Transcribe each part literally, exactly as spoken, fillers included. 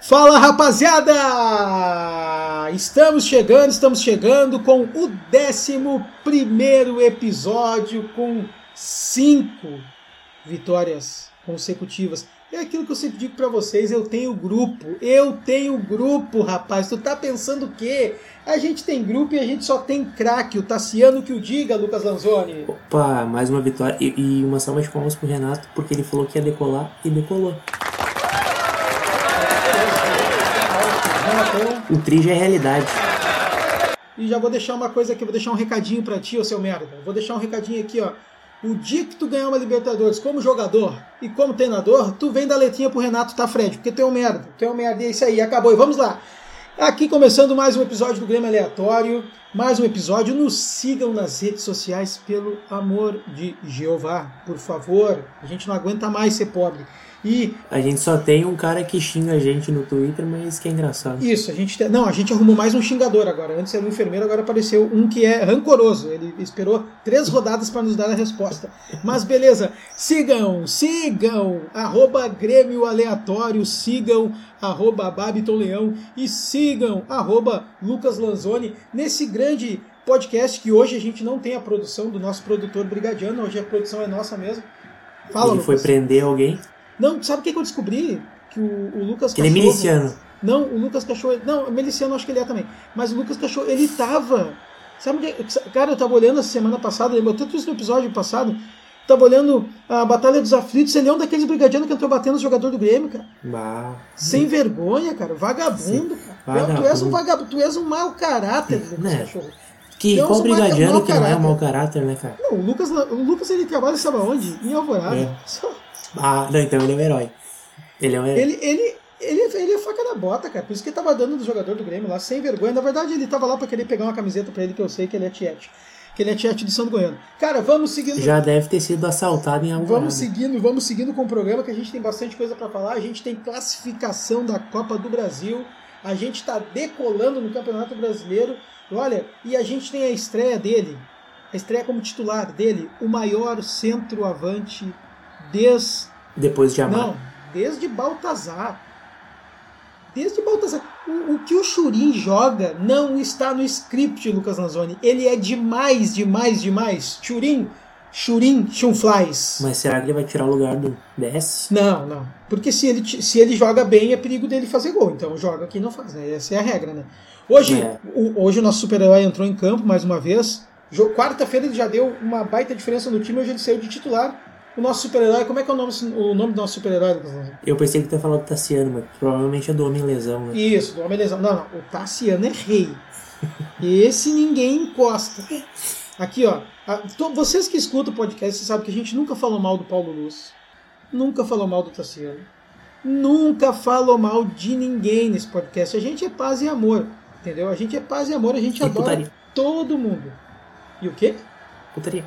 Fala, rapaziada! Estamos chegando, estamos chegando com o décimo primeiro episódio com cinco vitórias consecutivas. É aquilo que eu sempre digo pra vocês, eu tenho grupo, eu tenho grupo, rapaz. Tu tá pensando o quê? A gente tem grupo e a gente só tem craque, o Tassiano que o diga, Lucas Lanzoni. Opa, mais uma vitória e, e uma salva de palmas pro Renato, porque ele falou que ia decolar e decolou. O tri já é realidade. E já vou deixar uma coisa aqui, vou deixar um recadinho pra ti, ô seu merda. Vou deixar um recadinho aqui, ó. O dia que tu ganhar uma Libertadores como jogador e como treinador, tu vem da letrinha pro Renato, tá, Fred? Porque tu é um merda, tu é um merda, e é isso aí, acabou. E vamos lá. Aqui começando mais um episódio do Grêmio Aleatório, mais um episódio. Nos sigam nas redes sociais, pelo amor de Jeová, por favor. A gente não aguenta mais ser pobre. E a gente só tem um cara que xinga a gente no Twitter, mas que é engraçado. Isso, a gente tem... não, a gente arrumou mais um xingador agora. Antes era um enfermeiro, agora apareceu um que é rancoroso. Ele esperou três rodadas para nos dar a resposta. Mas beleza, sigam, sigam, arroba Grêmio Aleatório, sigam, arroba Babiton Leão e sigam, arroba Lucas Lanzoni, nesse grande podcast que hoje a gente não tem a produção do nosso produtor Brigadiano, hoje a produção é nossa mesmo. Fala, Ele Lucas. foi prender alguém? Não, sabe o que, que eu descobri? Que o, o Lucas Cachorro... Ele é miliciano. Não, o Lucas Cachorro... Não, miliciano acho que ele é também. Mas o Lucas Cachorro, ele tava... Sabe onde... Cara, eu tava olhando essa semana passada, eu botei tudo isso no episódio passado, tava olhando a Batalha dos Aflitos, ele é um daqueles brigadianos que entrou batendo no jogador do Grêmio, cara. Bah. Sem vergonha, cara. Vagabundo, Sim. cara. Vagabundo. Tu és um vagabundo, tu és um mau caráter, Lucas né? Cachorro. Que então, qual brigadiano que não é um mau caráter, né, cara? Não, o Lucas, o Lucas ele trabalha, sabe onde? Em Alvorada. É. Só... Ah, não, então ele é um herói. Ele é um herói. Ele, ele, ele, ele é faca na bota, cara. Por isso que ele tava dando do jogador do Grêmio lá, sem vergonha. Na verdade, ele tava lá pra querer pegar uma camiseta pra ele, que eu sei que ele é tiete. Que ele é tiete de São Goiano. Cara, vamos seguindo... Já deve ter sido assaltado em Alvorada. Vamos seguindo, vamos seguindo com o programa, que a gente tem bastante coisa pra falar. A gente tem classificação da Copa do Brasil. A gente tá decolando no Campeonato Brasileiro. Olha, e a gente tem a estreia dele. A estreia como titular dele. O maior centroavante desde... Depois de Amar. Não, desde Baltazar. Desde Baltazar. O, o que o Churin joga não está no script, Lucas Lanzoni. Ele é demais, demais, demais. Churin, Churin, Chunflies. Mas será que ele vai tirar o lugar do Desce? Não, não. Porque se ele, se ele joga bem, é perigo dele fazer gol. Então joga quem não faz, né? Essa é a regra, né? Hoje, é. o, hoje o nosso super-herói entrou em campo mais uma vez. Quarta-feira ele já deu uma baita diferença no time, hoje ele saiu de titular. O nosso super-herói, como é que é o nome, o nome do nosso super-herói? Eu pensei que tu ia falar do Tassiano, mas provavelmente é do Homem-Lesão, né? Isso, do Homem-Lesão. Não, não, o Tassiano é rei. Esse ninguém encosta. Aqui, ó. A, to, vocês que escutam o podcast, vocês sabem que a gente nunca falou mal do Paulo Luz. Nunca falou mal do Tassiano. Nunca falou mal de ninguém nesse podcast. A gente é paz e amor, entendeu? A gente é paz e amor, a gente e adora putaria. Todo mundo. E o quê? Putaria.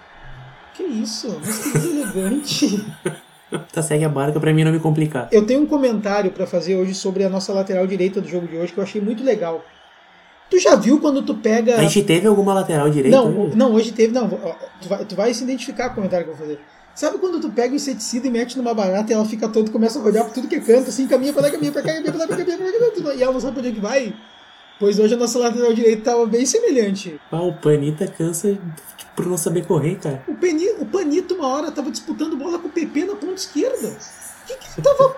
Que isso? Mas que deselegante. Tá, segue a barca pra mim não me complicar. Eu tenho um comentário pra fazer hoje sobre a nossa lateral direita do jogo de hoje que eu achei muito legal. Tu já viu quando tu pega... A gente teve alguma lateral direita? Não, hoje? não hoje teve... Não, tu vai, tu vai se identificar com o comentário que eu vou fazer. Sabe quando tu pega o inseticida e mete numa barata e ela fica toda, começa a rodear por tudo que é canto, assim, caminha pra lá, caminha pra cá, caminha pra lá, caminha pra lá, caminha pra lá, e ela não sabe pra onde é que vai? Pois hoje a nossa lateral direita tava bem semelhante. Ah, o Panita cansa por não saber correr, cara. O, Peni, o Panito, uma hora, tava disputando bola com o P P na ponta esquerda. Que que ele tava...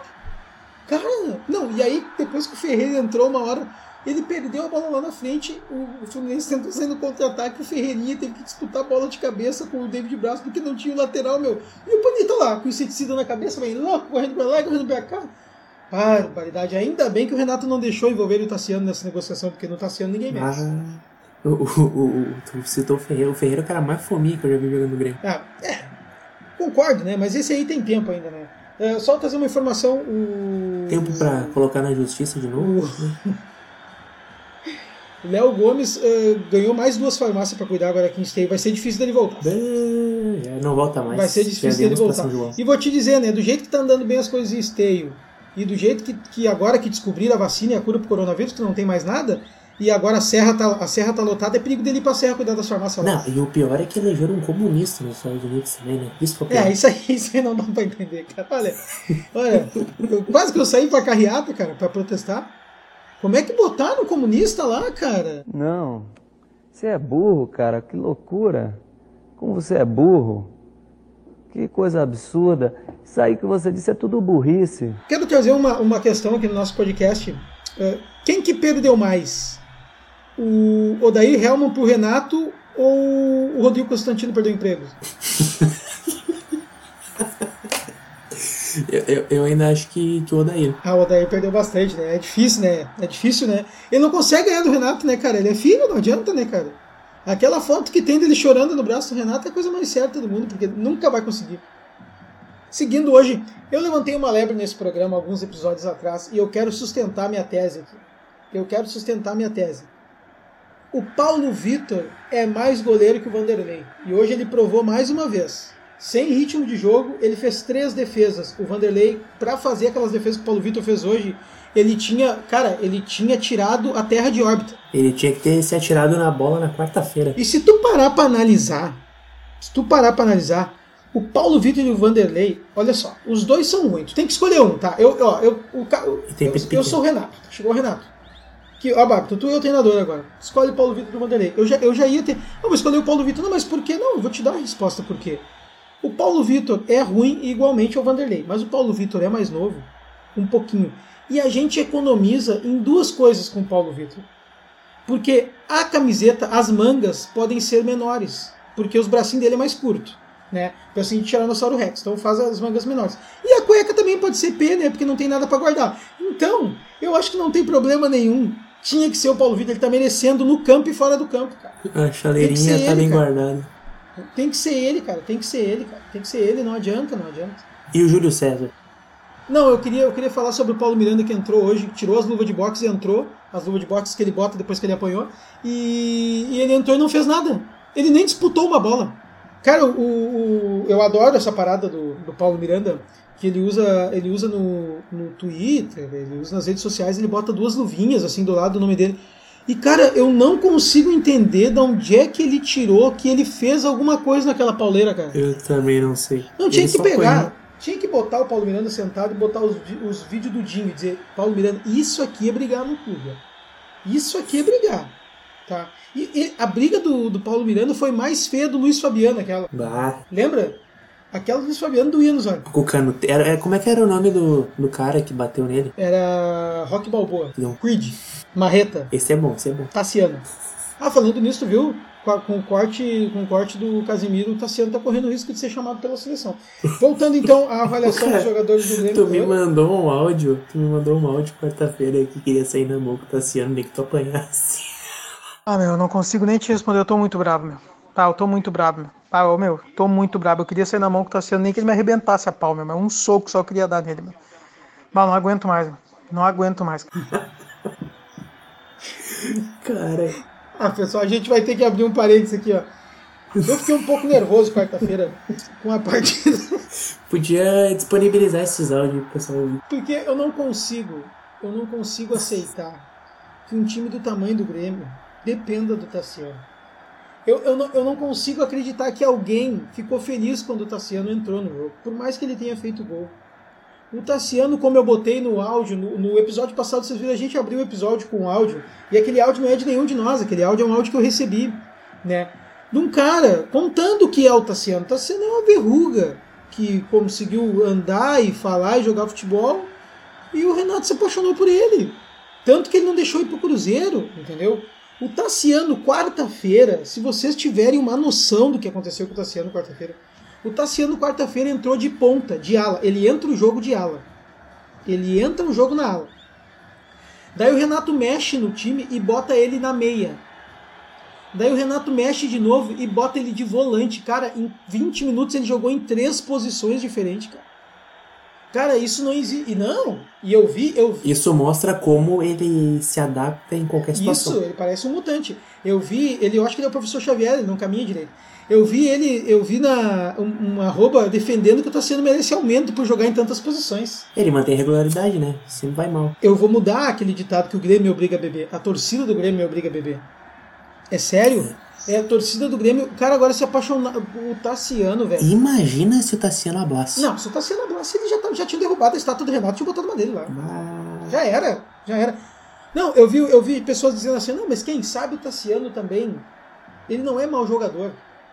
Cara, não, e aí, depois que o Ferreira entrou uma hora, ele perdeu a bola lá na frente, o, o Fluminense tentou sair no contra-ataque, o Ferreirinha teve que disputar a bola de cabeça com o David Braz, porque não tinha o lateral, meu. E o Panito lá, com o inseticida na cabeça, bem louco, correndo pra lá e correndo pra cá. Barbaridade. Ainda bem que o Renato não deixou envolver o Tassiano nessa negociação, porque no Tassiano ninguém mexe. Ah, o, o, o, tu citou o Ferreira. O Ferreira é o cara mais fominha que eu já vi jogando no Grêmio. Ah, é. Concordo, né? Mas esse aí tem tempo ainda, né? É, só trazer uma informação. O... Tempo pra colocar na justiça de novo? O Léo Gomes uh, ganhou mais duas farmácias pra cuidar agora aqui em Esteio. Vai ser difícil dele voltar. É, não volta mais. Vai ser difícil dele voltar. E vou te dizer, né? Do jeito que tá andando bem as coisas em Esteio, e do jeito que, que agora que descobriram a vacina e a cura pro coronavírus, que não tem mais nada, e agora a serra tá, a serra tá lotada, é perigo dele ir pra serra cuidar das farmácias lá. Não, e o pior é que elegeram um comunista nos Estados Unidos também, né? Isso que é o pior. É, isso aí, isso aí não dá pra entender, cara. Olha, olha eu, quase que eu saí pra carreata, cara, pra protestar. Como é que botaram um comunista lá, cara? Não, você é burro, cara, que loucura. Como você é burro. Que coisa absurda. Isso aí que você disse é tudo burrice. Quero trazer uma, uma questão aqui no nosso podcast. Quem que perdeu mais? O Odair Hellmann pro Renato ou o Rodrigo Constantino perdeu o emprego? eu, eu, eu ainda acho que, que o Odair. Ah, o Odair perdeu bastante, né? É difícil, né? É difícil, né? Ele não consegue ganhar do Renato, né, cara? Ele é filho, não adianta, né, cara? Aquela foto que tem dele chorando no braço do Renato é a coisa mais certa do mundo, porque nunca vai conseguir. Seguindo hoje, eu levantei uma lebre nesse programa alguns episódios atrás e eu quero sustentar minha tese aqui. Eu quero sustentar minha tese. O Paulo Vitor é mais goleiro que o Vanderlei. E hoje ele provou mais uma vez. Sem ritmo de jogo, ele fez três defesas. O Vanderlei, para fazer aquelas defesas que o Paulo Vitor fez hoje, ele tinha, cara, ele tinha tirado a terra de órbita. Ele tinha que ter se atirado na bola na quarta-feira. E se tu parar pra analisar, se tu parar pra analisar, o Paulo Vitor e o Vanderlei, olha só, os dois são ruins. Tu tem que escolher um, tá? Eu, ó, eu, o, eu, eu, eu sou o Renato. Chegou o Renato. Que, ó, Babi, tu é o treinador agora. Escolhe o Paulo Vitor e o Vanderlei. Eu já, eu já ia ter. Não, vou escolher o Paulo Vitor. Não, mas por quê? Não, eu vou te dar a resposta por quê. O Paulo Vitor é ruim igualmente ao Vanderlei. Mas o Paulo Vitor é mais novo, um pouquinho. E a gente economiza em duas coisas com o Paulo Vitor. Porque a camiseta, as mangas, podem ser menores. Porque os bracinhos dele é mais curto. Né? Bracinho de Tiranossauro Rex. Então faz as mangas menores. E a cueca também pode ser P, né? Porque não tem nada para guardar. Então, eu acho que não tem problema nenhum. Tinha que ser o Paulo Vitor. Ele tá merecendo no campo e fora do campo, cara. A chaleirinha tá ele, bem cara. guardada. Tem que ser ele, cara. Tem que ser ele, cara. Tem que ser ele. Não adianta, não adianta. E o Júlio César? Não, eu queria, eu queria falar sobre o Paulo Miranda que entrou hoje, tirou as luvas de boxe e entrou, as luvas de boxe que ele bota depois que ele apanhou, e, e ele entrou e não fez nada. Ele nem disputou uma bola. Cara, o, o, eu adoro essa parada do, do Paulo Miranda, que ele usa, ele usa no, no Twitter, ele usa nas redes sociais, ele bota duas luvinhas assim do lado do nome dele. E cara, eu não consigo entender de onde é que ele tirou que ele fez alguma coisa naquela pauleira, cara. Eu também não sei. Não, tinha ele que pegar... Foi... Tinha que botar o Paulo Miranda sentado e botar os, os vídeos do Dinho e dizer, Paulo Miranda, isso aqui é brigar no clube. Isso aqui é brigar. Tá? E, e a briga do, do Paulo Miranda foi mais feia do Luiz Fabiano, aquela. Bah. Lembra? Aquela do Luiz Fabiano doía nos olhos. O cano, era, como é que era o nome do, do cara que bateu nele? Era Rock Balboa. Não. Creed. Marreta. Esse é bom, esse é bom. Tassiano. Ah, falando nisso, tu viu? Com o corte, com o corte do Casemiro, o Tassiano tá correndo o risco de ser chamado pela seleção. Voltando então à avaliação dos jogadores do Grêmio. Tu me mandou um áudio, tu me mandou um áudio quarta-feira que queria sair na mão com o Tassiano, nem que tu apanhasse. Ah, meu, eu não consigo nem te responder, eu tô muito bravo, meu. Tá, eu tô muito bravo, meu. Tá, ô, meu, tô muito bravo. Eu queria sair na mão com o Tassiano, nem que ele me arrebentasse a pau, meu. Mas um soco só eu queria dar nele, meu. Mas não aguento mais, meu. Não aguento mais. Cara... Ah, pessoal, a gente vai ter que abrir um parênteses aqui, ó. Eu fiquei um pouco nervoso quarta-feira com a partida. Podia disponibilizar esses áudios pro pessoal ouvir. Porque eu não consigo, eu não consigo aceitar que um time do tamanho do Grêmio dependa do Tassiano. Eu, eu, não, eu não consigo acreditar que alguém ficou feliz quando o Tassiano entrou no jogo, por mais que ele tenha feito gol. O Tassiano, como eu botei no áudio, no, no episódio passado, vocês viram, a gente abriu o episódio com áudio, e aquele áudio não é de nenhum de nós, aquele áudio é um áudio que eu recebi, né? De um cara contando o que é o Tassiano. O Tassiano é uma verruga que conseguiu andar e falar e jogar futebol, e o Renato se apaixonou por ele. Tanto que ele não deixou ir pro Cruzeiro, entendeu? O Tassiano, quarta-feira, se vocês tiverem uma noção do que aconteceu com o Tassiano quarta-feira, o Tassiano, quarta-feira, entrou de ponta, de ala. Ele entra no jogo de ala. Ele entra no jogo na ala. Daí o Renato mexe no time e bota ele na meia. Daí o Renato mexe de novo e bota ele de volante. Cara, em vinte minutos ele jogou em três posições diferentes, cara. Cara, isso não existe. E não, e eu vi, eu vi. Isso mostra como ele se adapta em qualquer situação. Isso, ele parece um mutante. Eu vi, ele, eu acho que ele é o professor Xavier, ele não caminha direito. Eu vi ele, eu vi na um, uma arroba defendendo que o Tassiano merece aumento por jogar em tantas posições. Ele mantém regularidade, né? Sempre vai mal. Eu vou mudar aquele ditado que o Grêmio obriga a beber. A torcida do Grêmio obriga a beber. É sério? É a torcida do Grêmio. O cara agora se apaixonou. O Tassiano, velho. Imagina se o Tassiano hablasse. Não, se o Tassiano hablasse, ele já, tá, já tinha derrubado a estátua do Renato e tinha botado uma dele lá. Ah. Já era, já era. Não, eu vi, eu vi pessoas dizendo assim, não, mas quem sabe o Tassiano também, ele não é mau jogador.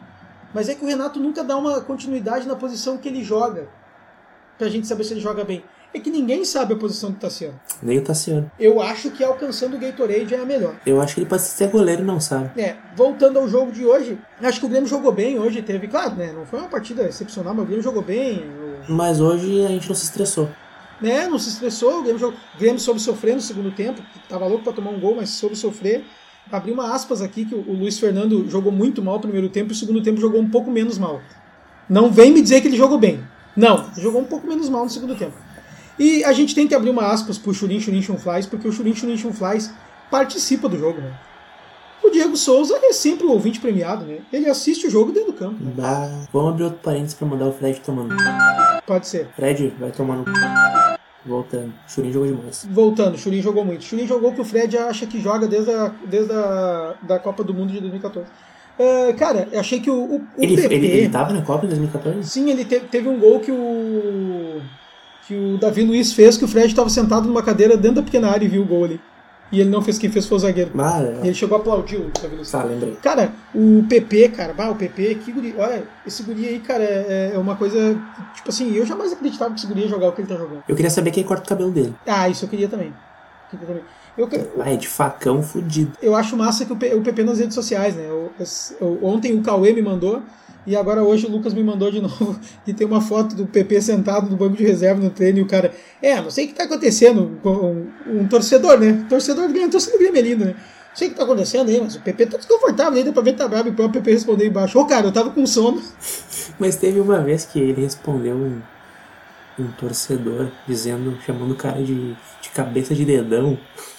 Mas é que o Renato nunca dá uma continuidade na posição que ele joga. Pra gente saber se ele joga bem. É que ninguém sabe a posição do Tassiano. Nem o Tassiano. Eu acho que alcançando o Gatorade é a melhor. Eu acho que ele pode ser goleiro e não sabe. É, voltando ao jogo de hoje, acho que o Grêmio jogou bem hoje, teve, claro, né, não foi uma partida excepcional, mas o Grêmio jogou bem. O... Mas hoje a gente não se estressou. Né, não se estressou, o Grêmio, jogou... o Grêmio soube sofrer no segundo tempo, tava louco pra tomar um gol, mas soube sofrer. Abri uma aspas aqui que o Luiz Fernando jogou muito mal no primeiro tempo e o segundo tempo jogou um pouco menos mal. Não vem me dizer que ele jogou bem. Não, ele jogou um pouco menos mal no segundo tempo. E a gente tem que abrir uma aspas pro Churin Churin Chunflies, porque o Churin Churin Chunflies participa do jogo, né? O Diego Souza é sempre o ouvinte premiado, né? Ele assiste o jogo dentro do campo. Né? Bah, vamos abrir outro parênteses pra mandar o Fred tomando. Pode ser. Fred, vai tomando. Voltando. Churin jogou demais. Voltando, Churin jogou muito. Churin jogou que o Fred acha que joga desde a, desde a da Copa do Mundo de dois mil e catorze. Uh, cara, eu achei que o, o, o ele, P P... Ele, ele tava na Copa em dois mil e catorze? Sim, ele te, teve um gol que o... que o Davi Luiz fez, que o Fred estava sentado numa cadeira dentro da pequena área e viu o gol ali. E ele não fez, quem fez foi o zagueiro. Ah, é. Ele chegou a aplaudir o Davi Luiz. Tá, lembrei. Cara, o P P, cara, bah, o P P, que guri, olha, esse guri aí, cara, é, é uma coisa, tipo assim, eu jamais acreditava que esse guri ia jogar o que ele tá jogando. Eu queria saber quem corta o cabelo dele. Ah, isso eu queria também. Eu queria também. Eu, ah, é de facão fudido. Eu acho massa que o P, o P P nas redes sociais, né? Eu, eu, ontem o Cauê me mandou, e agora hoje o Lucas me mandou de novo, e tem uma foto do P P sentado no banco de reserva no treino, e o cara, é, não sei o que tá acontecendo, um, um torcedor, né? Torcedor do Grêmio, torcedor do Grêmio é lindo, né? Não sei o que tá acontecendo aí, mas o P P tá desconfortável aí, dá pra ver que tá bravo, e o próprio P P respondeu embaixo, ô cara, eu tava com sono. Mas teve uma vez que ele respondeu um, um torcedor, dizendo, chamando o cara de, de cabeça de dedão.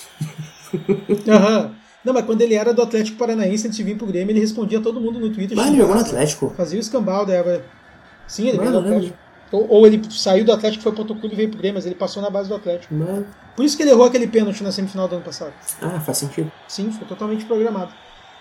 Aham. Não, mas quando ele era do Atlético Paranaense, antes de vir pro Grêmio, ele respondia a todo mundo no Twitter. Mas ele jogou no Atlético? Fazia o escambau da Eva. Sim, ele veio do Mano, Atlético. Ou, ou ele saiu do Atlético, foi pro outro clube e veio pro Grêmio, mas ele passou na base do Atlético. Mas... Por isso que ele errou aquele pênalti na semifinal do ano passado. Ah, faz sentido. Sim, foi totalmente programado.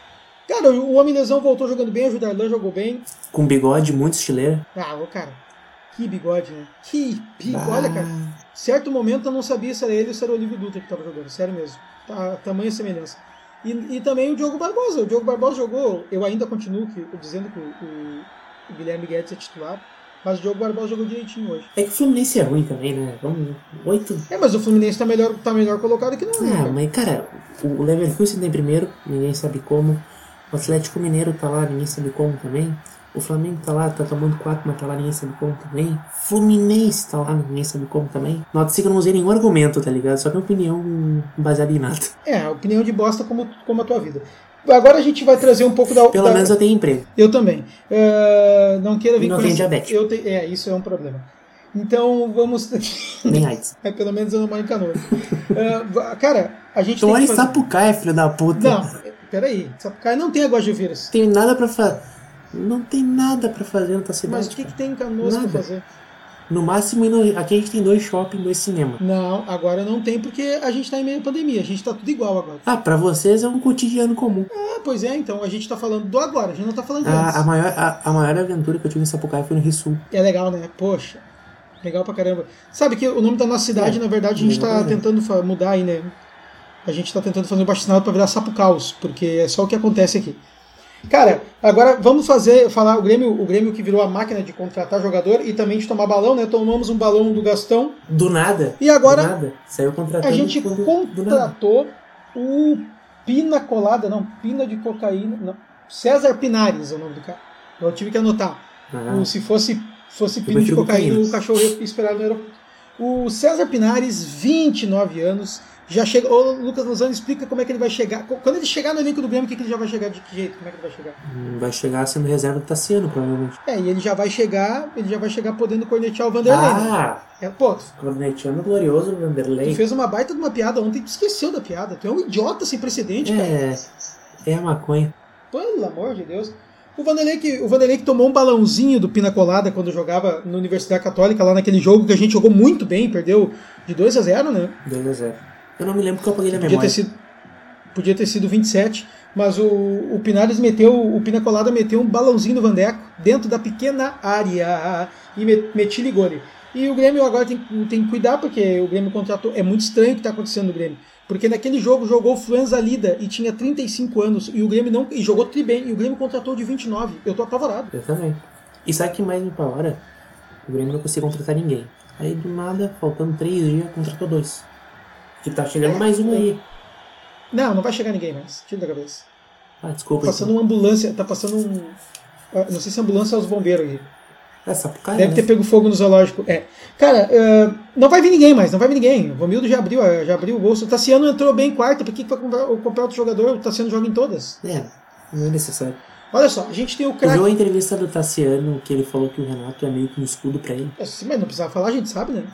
Cara, o Homem Lesão voltou jogando bem, o Judarlan jogou bem. Com bigode muito estileiro. Ah, ô cara, que bigode, né? Que bigode, ah. olha, cara. Certo momento eu não sabia se era ele ou se era o Olívio Dutra que tava jogando, sério mesmo. Tá, tamanha semelhança. E, e também o Diogo Barbosa. O Diogo Barbosa jogou, eu ainda continuo que, dizendo que o, o, o Guilherme Guedes é titular, mas o Diogo Barbosa jogou direitinho hoje. É que o Fluminense é ruim também, né? Vamos, oito... É, mas o Fluminense tá melhor, tá melhor colocado que não. Ah, cara. mas cara, o Leverkusen tem primeiro, ninguém sabe como. O Atlético Mineiro tá lá, ninguém sabe como também. O Flamengo tá lá, tá tomando quatro, mas tá lá, ninguém sabe como também. Fluminense tá lá, ninguém sabe como também. Nota-se que eu não usei nenhum argumento, tá ligado? Só minha opinião baseada em nada. É, opinião de bosta como, como a tua vida. Agora a gente vai trazer um pouco da... Pelo da... menos eu tenho emprego. Eu também. Uh, não queira vir e não com tenho essa... diabetes. Eu te... É, isso é um problema. Então, vamos... Nem AIDS. É, pelo menos eu não moro em Canoas. uh, cara, a gente então tem olha que em fazer... Sapucaia, filho da puta. Não, peraí. Sapucaia não tem água de vírus. Tem nada pra fazer. Não tem nada pra fazer na tua cidade. Mas o que, que tem em Canoas nada. pra fazer? No máximo, no... aqui a gente tem dois shopping, dois cinema. Não, agora não tem porque a gente tá em meio à pandemia. A gente tá tudo igual agora. Ah, pra vocês é um cotidiano comum. Ah, pois é, então a gente tá falando do agora, a gente não tá falando de antes. A, a, maior, a, a maior aventura que eu tive em Sapucaia foi no Rio Sul. É legal, né? Poxa, legal pra caramba. Sabe que o nome da nossa cidade, é, na verdade, a gente tá tentando mudar aí, né? A gente tá tentando fazer um baixo-assinado pra virar Sapucaus, porque é só o que acontece aqui. Cara, agora vamos fazer, falar o Grêmio, o Grêmio que virou a máquina de contratar jogador e também de tomar balão, né? Tomamos um balão do Gastão. Do nada. E agora do nada. Saiu contratando a gente quando, contratou o Pina Colada, não, Pina de Cocaína, não. César Pinares é o nome do cara. Eu tive que anotar. Ah. O, se fosse, fosse Pina de Cocaína, o cachorro ia esperar no aeroporto. O César Pinares, vinte e nove anos, Já chega, ô Lucas Lozano, explica como é que ele vai chegar. Quando ele chegar no elenco do Grêmio, o que, que ele já vai chegar? De que jeito? Como é que ele vai chegar? Vai chegar sendo reserva do Tassiano, provavelmente. É, e ele já vai chegar, ele já vai chegar podendo cornetear o Vanderlei. Ah! Né? É, pô, corneteando glorioso o Vanderlei. Tu fez uma baita de uma piada ontem, tu esqueceu da piada. Tu é um idiota sem precedente, cara. É, é a maconha. Pelo amor de Deus. O Vanderlei, que, o Vanderlei que tomou um balãozinho do Pina Colada quando jogava na Universidade Católica, lá naquele jogo que a gente jogou muito bem, perdeu de dois a zero, né? dois a zero. Eu não me lembro que eu apaguei na Podia memória. ter sido, podia ter sido vinte e sete, mas o, o Pinares meteu, o Pina Colada meteu um balãozinho no Vandeco dentro da pequena área e metiu ligole. E o Grêmio agora tem, tem que cuidar, porque o Grêmio contratou. É muito estranho o que está acontecendo no Grêmio. Porque naquele jogo jogou o Franza Lida e tinha trinta e cinco anos, e o Grêmio não. E jogou tri bem, e o Grêmio contratou de vinte e nove. Eu tô apavorado. Eu também. E sabe que mais me apavora? O Grêmio não conseguiu contratar ninguém. Aí do nada, faltando três dias, contratou dois. Que tá chegando mais um aí. Não, não vai chegar ninguém mais. Tira da cabeça. Ah, desculpa. Tá passando então. uma ambulância, tá passando um. Não sei se é ambulância ou os bombeiros aí. É, Sapucaia, Deve né? ter pego fogo no zoológico. É. Cara, uh, não vai vir ninguém mais, não vai vir ninguém. O Romildo já abriu, já abriu o bolso. O Tassiano entrou bem em quarta, por que que vai comprar, comprar outro jogador? O Tassiano joga em todas. É, não é necessário. Olha só, a gente tem o Tu craque. viu a entrevista do Tassiano, que ele falou que o Renato é meio que um escudo pra ele? É, sim, mas não precisava falar, a gente sabe, né?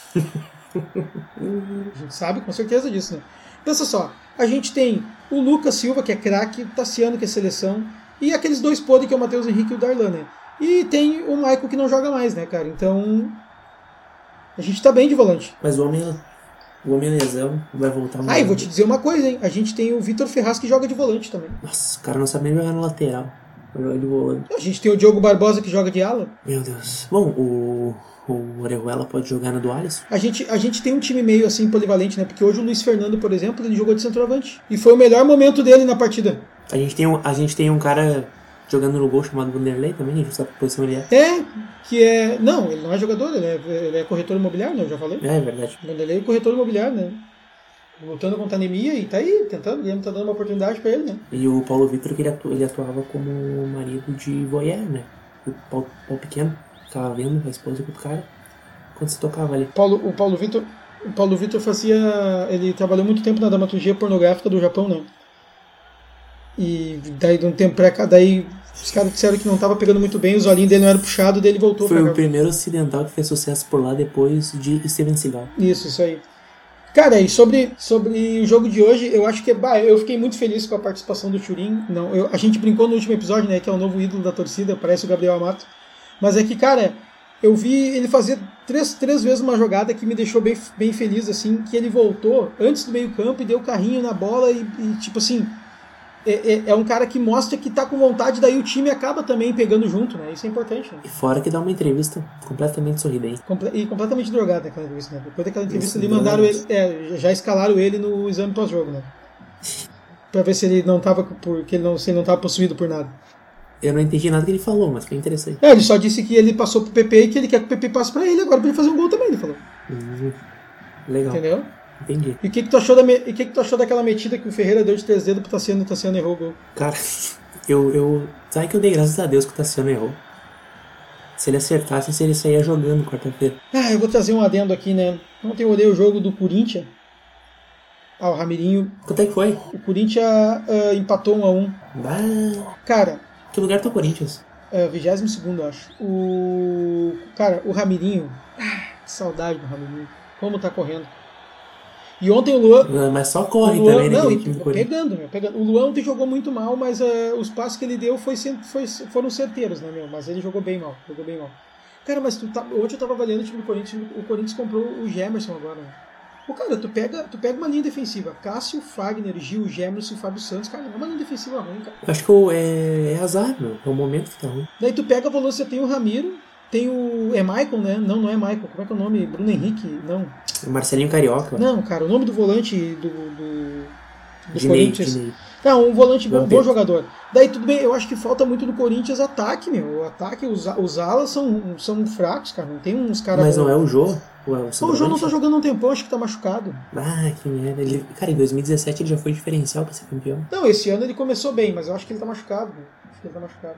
A gente sabe com certeza disso, né? Pensa só, a gente tem o Lucas Silva, que é craque, o Tassiano, que é seleção, e aqueles dois podres, que é o Matheus Henrique e o Darlan, né? E tem o Michael, que não joga mais, né, cara? Então, a gente tá bem de volante. Mas o homem, o homem lesão vai voltar mais. Ah, e vou te dizer uma coisa, hein? A gente tem o Vitor Ferraz, que joga de volante também. Nossa, o cara não sabe nem jogar no lateral. Vai jogar de volante. A gente tem o Diogo Barbosa, que joga de ala. Meu Deus. Bom, o, o Orejuela pode jogar no do Alisson. A gente, a gente tem um time meio assim polivalente, né? Porque hoje o Luiz Fernando, por exemplo, ele jogou de centroavante. E foi o melhor momento dele na partida. A gente tem um, a gente tem um cara jogando no gol chamado Vanderlei também, ele sabe que posição ele é. É, que é... Não, ele não é jogador, ele é, ele é corretor imobiliário, né? Eu já falei. É, é verdade. O Vanderlei é corretor imobiliário, né? Lutando contra a anemia e tá aí, tentando. O Guilherme tá dando uma oportunidade pra ele, né? E o Paulo Vitor, que ele, atu, ele atuava como marido de voyeur, né? O Paulo, Paulo Pequeno ficava vendo a esposa do cara quando se tocava ali. Paulo, o Paulo Vitor... O Paulo Vitor fazia... Ele trabalhou muito tempo na dramaturgia pornográfica do Japão, né? E daí de um tempo pra cá, daí os caras disseram que não tava pegando muito bem, os olhinhos dele não eram puxados, daí ele voltou Foi pra o cá. primeiro ocidental que fez sucesso por lá depois de Steven Seagal. Isso, isso aí. Cara, e sobre, sobre o jogo de hoje, eu acho que bah, eu fiquei muito feliz com a participação do Churin. Não, eu, a gente brincou no último episódio, né, que é o novo ídolo da torcida, parece o Gabriel Amato. Mas é que, cara, eu vi ele fazer três, três vezes uma jogada que me deixou bem, bem feliz, assim, que ele voltou antes do meio campo e deu carrinho na bola e, e tipo assim, é, é, é um cara que mostra que tá com vontade, daí o time acaba também pegando junto, né, isso é importante, né? E fora que dá uma entrevista completamente sorridente. Comple- e completamente drogado naquela entrevista, né? Depois daquela entrevista Isso, ali, mandaram drogado. ele, é, já escalaram ele no exame pós-jogo, né? Pra ver se ele não tava, porque ele não, se ele não tava possuído por nada. Eu não entendi nada que ele falou, mas foi interessante. É, ele só disse que ele passou pro P P e que ele quer que o P P passe pra ele agora pra ele fazer um gol também, ele falou. Hum, legal. Entendeu? Entendi. E o que, que tu achou da me... e o que, que tu achou daquela metida que o Ferreira deu de três dedos pro Tassiano e o Tassiano errou o gol? Cara, eu, eu. Sabe que eu dei graças a Deus que o Tassiano errou. Se ele acertasse, se ele saía jogando quarta-feira. Ah, eu vou trazer um adendo aqui, né? Ontem eu olhei o jogo do Corinthians. Ah, o Ramirinho. Quanto é que foi? O Corinthians uh, empatou um a um. Ah, Cara, que lugar tá o Corinthians? é, vigésimo segundo, acho. O. Cara, o Ramirinho. Ah, que saudade do Ramirinho. Como tá correndo. E ontem o Luan. Ah, mas só corre o Luan, também, né? não, Aquele time do Corinthians. pegando, meu, pegando. O Luan ontem jogou muito mal, mas uh, os passos que ele deu foi, foi, foram certeiros, né, meu? Mas ele jogou bem mal. Jogou bem mal. Cara, mas tu tá, ontem eu tava avaliando o time do Corinthians. O Corinthians comprou o Gemerson agora, né? O cara, tu pega, tu pega uma linha defensiva. Cássio, Fagner, Gil, Gemerson e Fábio Santos. Cara, é uma linha defensiva ruim, cara. Eu acho que o- é, é azar, meu. É o momento que tá ruim. Daí tu pega a volância, tem o Ramiro, tem o. É Michael, né? Não, não é Michael. Como é que é o nome? Bruno Henrique? Não. Marcelinho Carioca. Não, cara, o nome do volante do. do, do Dinei, Corinthians. Dinei. Não, um volante bom, bom Vampeta. jogador. Daí tudo bem, eu acho que falta muito do Corinthians ataque, meu. O ataque, os, os alas são, são fracos, cara. Não tem uns caras. Mas não é o Jô? Ou é o O João não tá centroavante? jogando há um tempão, acho que tá machucado. Ah, que merda. Ele, cara, em dois mil e dezessete ele já foi diferencial pra ser campeão. Não, esse ano ele começou bem, mas eu acho que ele tá machucado. Meu. Acho que ele tá machucado.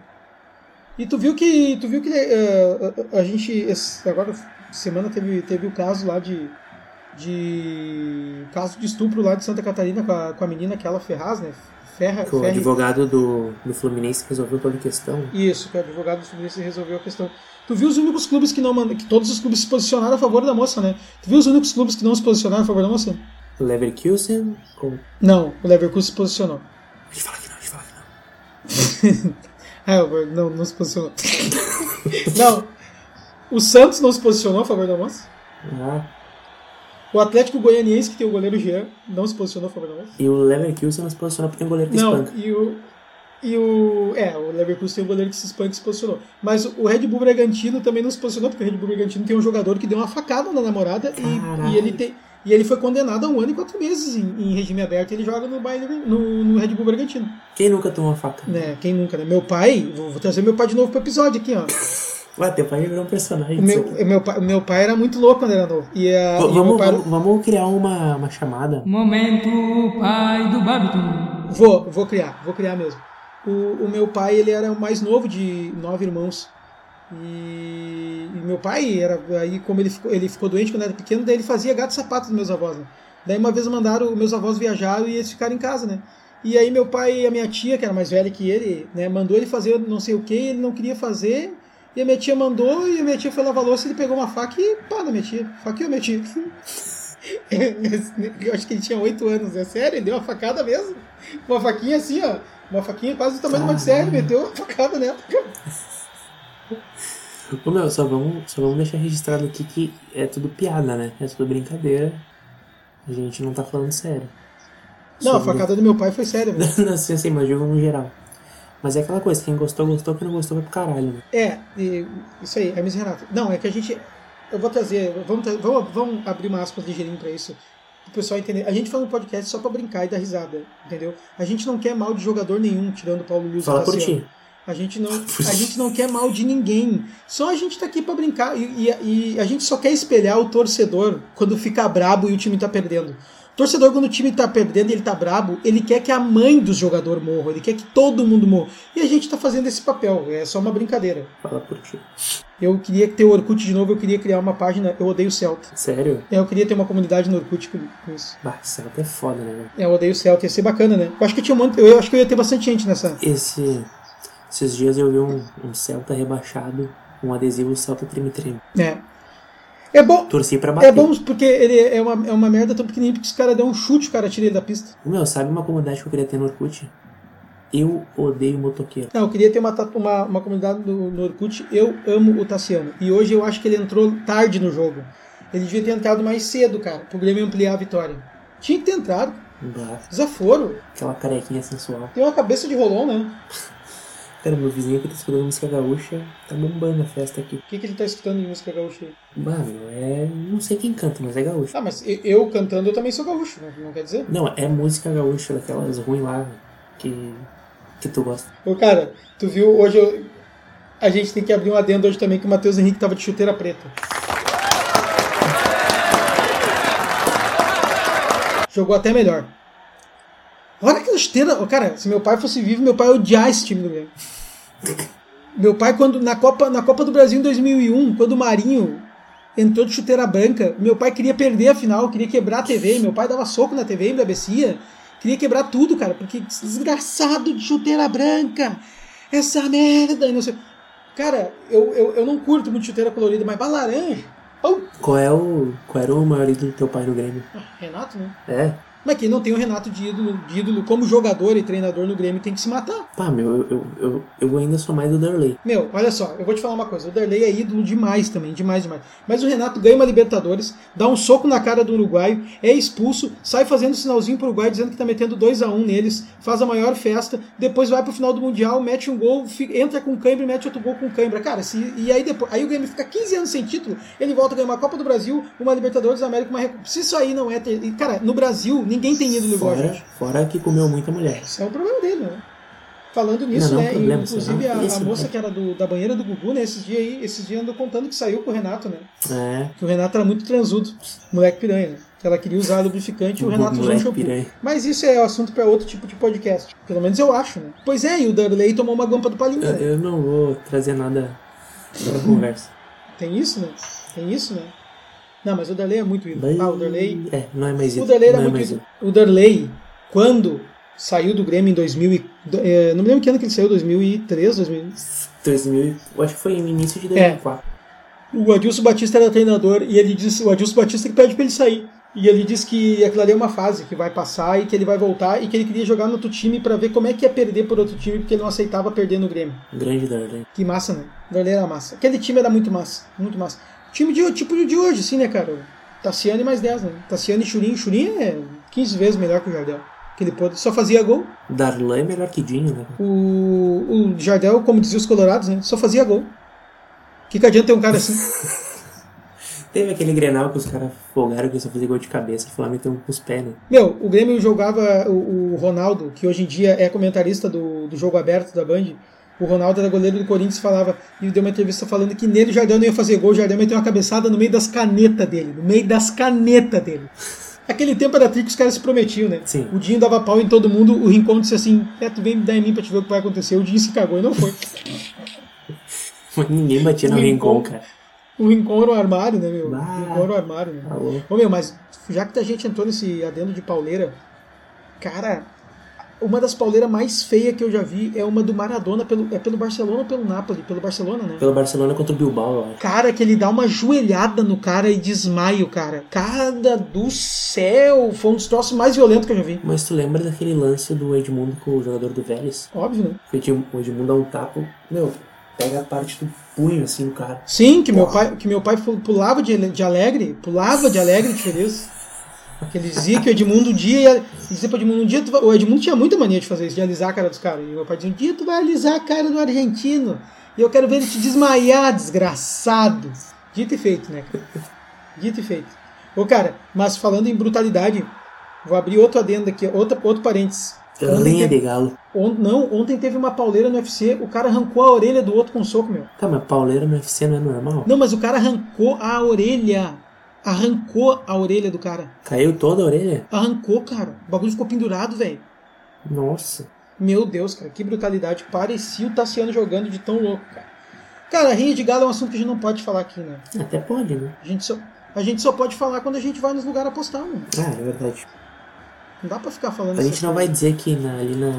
E tu viu que. Tu viu que uh, a, a gente. Esse, agora, semana teve, teve o caso lá de. de caso de estupro lá de Santa Catarina com a, com a menina aquela Ferraz, né? Ferra, Que o Ferre... advogado do, do Fluminense resolveu toda a questão. Isso, que o advogado do Fluminense resolveu a questão. Tu viu os únicos clubes que não mandaram, que todos os clubes se posicionaram a favor da moça, né? Tu viu os únicos clubes que não se posicionaram a favor da moça? O Leverkusen com... Não, o Leverkusen se posicionou. A gente fala que não, a gente fala que não. Ah, não, não se posicionou. Não, o Santos não se posicionou a favor da moça. Ah. O Atlético Goianiense, que tem o goleiro Jean, não se posicionou a favor da moça. E o Leverkusen não se posicionou porque tem um goleiro que Não, espanca. e o... E o... É, o Leverkusen tem um goleiro que se espanca e se posicionou. Mas o Red Bull Bragantino também não se posicionou, porque o Red Bull Bragantino tem um jogador que deu uma facada na namorada e, e ele tem... E ele foi condenado a um ano e quatro meses em, em regime aberto. Ele joga no, Bayern, no, no Red Bull Bragantino. Quem nunca tomou uma faca? Né? Quem nunca, né? Meu pai... Vou, vou trazer meu pai de novo pro episódio aqui, ó. Ué, teu pai virou um personagem. O meu, meu, pai, meu pai era muito louco quando era novo. E, a, v- e vamos, meu pai... vamos, vamos criar uma, uma chamada. Momento pai do Babiton. Vou, vou criar. Vou criar mesmo. O, o meu pai, ele era o mais novo de nove irmãos. E, e meu pai, era aí como ele ficou, ele ficou doente quando era pequeno, daí ele fazia gato e sapato dos meus avós, né? Daí uma vez mandaram, meus avós viajaram e eles ficaram em casa, né? E aí meu pai e a minha tia, que era mais velha que ele, né, mandou ele fazer não sei o que, ele não queria fazer, e a minha tia mandou, e a minha tia foi lavar a louça, ele pegou uma faca e pá na minha tia, faqueou minha tia. Eu acho que ele tinha oito anos, é sério, ele deu uma facada mesmo. Uma faquinha assim, ó, uma faquinha quase do tamanho de uma série, meteu uma facada nela. Ô, meu, só vamos, só vamos deixar registrado aqui que é tudo piada, né? É tudo brincadeira. A gente não tá falando sério. Não, Sobre- a facada do meu pai foi séria, velho. Não sei assim, mas jogo no geral. Mas é aquela coisa, quem gostou, gostou, quem não gostou vai pro caralho, né? É, e, isso aí, Hermes e Renato. Não, é que a gente. Eu vou trazer. Vamos, tra- vamos, vamos abrir uma aspas ligeirinho pra isso. O pessoal entender. A gente faz um podcast só pra brincar e dar risada, entendeu? A gente não quer mal de jogador nenhum, tirando o Paulo Luz e Fala por Tassiano. ti. A gente, não, a gente não quer mal de ninguém. Só a gente tá aqui pra brincar. E, e- e a gente só quer espelhar o torcedor quando fica brabo e o time tá perdendo. O torcedor, quando o time tá perdendo e ele tá brabo, ele quer que a mãe do jogador morra. Ele quer que todo mundo morra. E a gente tá fazendo esse papel. É só uma brincadeira. Fala por ti. Eu queria ter o Orkut de novo. Eu queria criar uma página Eu Odeio Celta. Sério? Eu queria ter uma comunidade no Orkut com com isso. Bah, Celta é foda, né, velho? É, Eu Odeio Celta. Ia ser bacana, né? Eu acho que tinha um monte, eu acho que eu ia ter bastante gente nessa. Esse, esses dias eu vi um, um Celta rebaixado, um adesivo Celta treme-treme. É. É bom. Torci pra bater. É bom porque ele é uma, é uma merda tão pequenininha porque os caras dão um chute, o cara tira ele da pista. Meu, sabe uma comunidade que eu queria ter no Orkut? Eu odeio motoqueiro. Não, eu queria ter uma, tatu- uma, uma comunidade no, no Orkut. Eu amo o Tassiano. E hoje eu acho que ele entrou tarde no jogo. Ele devia ter entrado mais cedo, cara, pro Grêmio ampliar a vitória. Tinha que ter entrado. Bah, Desaforo. aquela carequinha sensual. Tem uma cabeça de rolão, né? Cara, meu vizinho que tá escutando música gaúcha tá bombando a festa aqui. O que, que ele tá escutando de música gaúcha aí? Bah, meu, é... não sei quem canta, mas é gaúcho. Ah, mas eu, eu cantando eu também sou gaúcho, não, não quer dizer? Não, é música gaúcha, daquelas ruins lá, que... que tu gosta. Ô, cara, tu viu, hoje eu... a gente tem que abrir um adendo hoje também que o Matheus Henrique tava de chuteira preta. Jogou até melhor. Olha aquela chuteira. Ô, cara, se meu pai fosse vivo, meu pai ia odiar esse time do Grêmio. Meu pai, quando na Copa, na Copa do Brasil em dois mil e um, quando o Marinho entrou de chuteira branca, meu pai queria perder a final, queria quebrar a T V. Meu pai dava soco na T V, embebecia. Queria quebrar tudo, cara, porque desgraçado de chuteira branca. Essa merda. E não sei. Cara, eu, eu, eu não curto muito chuteira colorida, mas pra laranja. Oh. Qual é o... Qual era o maior ídolo do teu pai no Grêmio? Renato, né? É? Mas quem não tem o Renato de ídolo, de ídolo como jogador e treinador no Grêmio tem que se matar. Pá, meu, eu, eu, eu, eu ainda sou mais do Darley. Meu, olha só, eu vou te falar uma coisa. O Darley é ídolo demais também, demais, demais. Mas o Renato ganha uma Libertadores, dá um soco na cara do uruguaio, é expulso, sai fazendo sinalzinho pro uruguaio dizendo que tá metendo dois a um neles, faz a maior festa, depois vai pro final do Mundial, mete um gol, fica, entra com cãibra e mete outro gol com cãibra. Cara, se, e aí depois, aí o Grêmio fica quinze anos sem título, ele volta a ganhar uma Copa do Brasil, uma Libertadores da América, uma Recopa. Se isso aí não é... Ter, cara, no Brasil, ninguém tem ídolo igual a Fora, gente. fora que comeu muita mulher. Isso é um problema dele, né? Falando nisso, Não, não é né? um problema, Inclusive isso a, não. a Esse moça não. que era do, da banheira do Gugu, né? Esses dias aí, esses dias andou contando que saiu com o Renato, né? É. Que o Renato era muito transudo, moleque piranha, né? Que ela queria usar lubrificante e o Renato usou um Moleque shampoo. piranha. Mas isso é assunto para outro tipo de podcast. Pelo menos eu acho, né? Pois é, e o Darley tomou uma guampa do Palinha, Eu, né? eu não vou trazer nada pra conversa. Tem isso, né? Tem isso, né? Não, mas o Darley é muito ídolo. Ah, o Darley... É, não é mais ídolo. O Darley era não é muito mais ídolo. O Darley, quando saiu do Grêmio em dois mil e... eh, não me lembro que ano que ele saiu, dois mil e três, dois mil... dois mil, eu acho que foi no início de dois mil e quatro. É. O Adilson Batista era treinador e ele disse, o Adilson Batista que pede pra ele sair. E ele disse que aquilo ali é uma fase que vai passar e que ele vai voltar e que ele queria jogar no outro time pra ver como é que ia perder por outro time, porque ele não aceitava perder no Grêmio. Grande Darley. Que massa, né? Darley era massa. Aquele time era muito massa, muito massa. Time de, tipo de hoje, assim, né, cara? Tassiano e mais dez, né? Tassiano e Churinho. Churinho é quinze vezes melhor que o Jardel. Que ele pôde, só fazia gol. Darlan é melhor que Dinho, né? O, o Jardel, como diziam os colorados, né? Só fazia gol. O que, que adianta ter um cara assim? Teve aquele Grenal que os caras folgaram que só fazia gol de cabeça. Foi lá meter um com os pés, né? Meu, o Grêmio jogava o, o Ronaldo, que hoje em dia é comentarista do, do jogo aberto da Band. O Ronaldo era goleiro do Corinthians, falava, e deu uma entrevista falando que nele o Jardel não ia fazer gol, o Jardel meteu uma cabeçada no meio das canetas dele. No meio das canetas dele. Aquele tempo era tri que os caras se prometiam, né? Sim. O Dinho dava pau em todo mundo, o Rincon disse assim, é, tu vem me dar em mim pra te ver o que vai acontecer. O Dinho se cagou e não foi. Ninguém batia no Rincon, cara. O Rincon era um armário, né, meu? Bah. O Rincon era um armário, né? Alô. Ô, meu, mas já que a gente entrou nesse adendo de pauleira, cara, uma das pauleiras mais feias que eu já vi é uma do Maradona, pelo, é pelo Barcelona ou pelo Napoli? Pelo Barcelona, né? Pelo Barcelona contra o Bilbao, eu acho. Cara, que ele dá uma joelhada no cara e desmaia o cara. Cara do céu! Foi um dos troços mais violentos que eu já vi. Mas tu lembra daquele lance do Edmundo com o jogador do Vélez? Óbvio, né? O Edmundo, o Edmundo dá um tapa, meu, pega a parte do punho, assim, do cara. Sim, que meu pai, que meu pai pulava de, de alegre, pulava de alegre de feliz. Que ele dizia que o Edmundo um dia ia. Dizia pro Edmundo, um dia tu vai, o Edmundo tinha muita mania de fazer isso, de alisar a cara dos caras. E meu pai dizia, um dia tu vai alisar a cara do argentino. E eu quero ver ele te desmaiar, desgraçado. Dito e feito, né, cara? Dito e feito. Ô, cara, mas falando em brutalidade, vou abrir outro adendo aqui, outro, outro parênteses. Linha de galo. On, não, ontem teve uma pauleira no U F C, o cara arrancou a orelha do outro com um soco, meu. Tá, mas pauleira no U F C não é normal? Não, mas o cara arrancou a orelha. Arrancou a orelha do cara. Caiu toda a orelha? Arrancou, cara. O bagulho ficou pendurado, velho. Nossa. Meu Deus, cara, que brutalidade. Parecia o Tassiano jogando de tão louco, cara. Cara, a rinha de galo é um assunto que a gente não pode falar aqui, né? Até pode, né? A gente só, a gente só pode falar quando a gente vai nos lugares apostar, mano. Ah, é verdade. Não dá pra ficar falando A gente não vai coisas. dizer que na, ali na,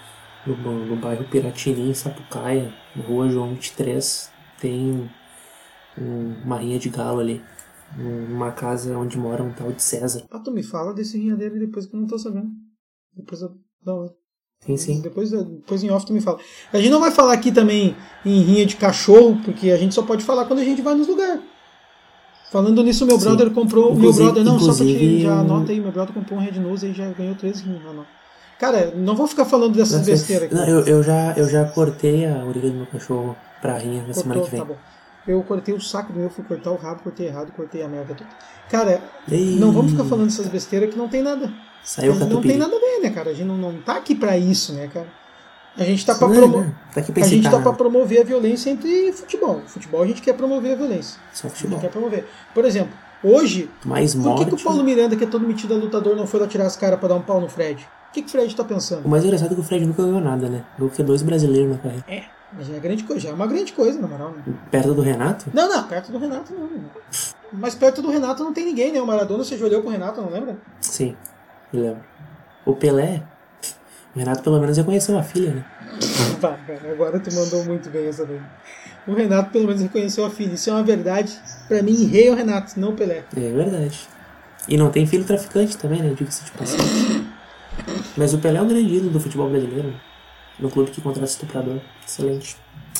no, no bairro Piratini, em Sapucaia, na rua João vinte e três, tem um, uma rinha de galo ali. Numa casa onde mora um tal de César. Ah, tu me fala desse rinha dele depois que eu não tô sabendo. Depois eu... Não, Sim, sim. Depois, depois em off tu me fala. A gente não vai falar aqui também em rinha de cachorro, porque a gente só pode falar quando a gente vai nos lugares. Falando nisso, meu brother Sim. comprou... Inclusive- meu brother, não, só pra te... inclusive, Já eu- anota aí, meu brother comprou um Red Nose e já ganhou três rinhas. Não, não. Cara, não vou ficar falando dessas Não, besteiras aqui. não, eu, eu, já, eu já cortei a orelha do meu cachorro pra rinha na semana que vem. Tá bom. Eu cortei o saco do meu, fui cortar o rabo, cortei errado, cortei a merda toda. Cara, Ei. não vamos ficar falando dessas besteiras que não tem nada. Saiu o não catupiry. tem nada a ver, né, cara? A gente não, não tá aqui pra isso, né, cara? A gente tá pra Não, promover. não. Tá aqui pra A gente incitar tá pra nada. promover a violência entre futebol. Futebol a gente quer promover a violência. Só A gente futebol. quer promover. Por exemplo, hoje, Mais por morte. que, que o Paulo Miranda, que é todo metido a lutador, não foi lá tirar as caras pra dar um pau no Fred? O que, que o Fred tá pensando? O mais engraçado é que o Fred nunca ganhou nada, né? Ganhou que dois brasileiros na carreira. É, já é grande coisa, já é uma grande coisa, na moral, né? Perto do Renato? Não, não, perto do Renato não. Né? Mas perto do Renato não tem ninguém, né? O Maradona se ajoelhou pro Renato, não lembra? Sim, eu lembro. O Pelé, o Renato pelo menos reconheceu a filha, né? Tá, cara, agora tu mandou muito bem essa daí. O Renato pelo menos reconheceu a filha. Isso é uma verdade. Pra mim, rei é o Renato, não o Pelé. É verdade. E não tem filho traficante também, né? Diga-se de passagem. Mas o Pelé é um grande ídolo do futebol brasileiro. No clube que contrata estuprador. Excelente.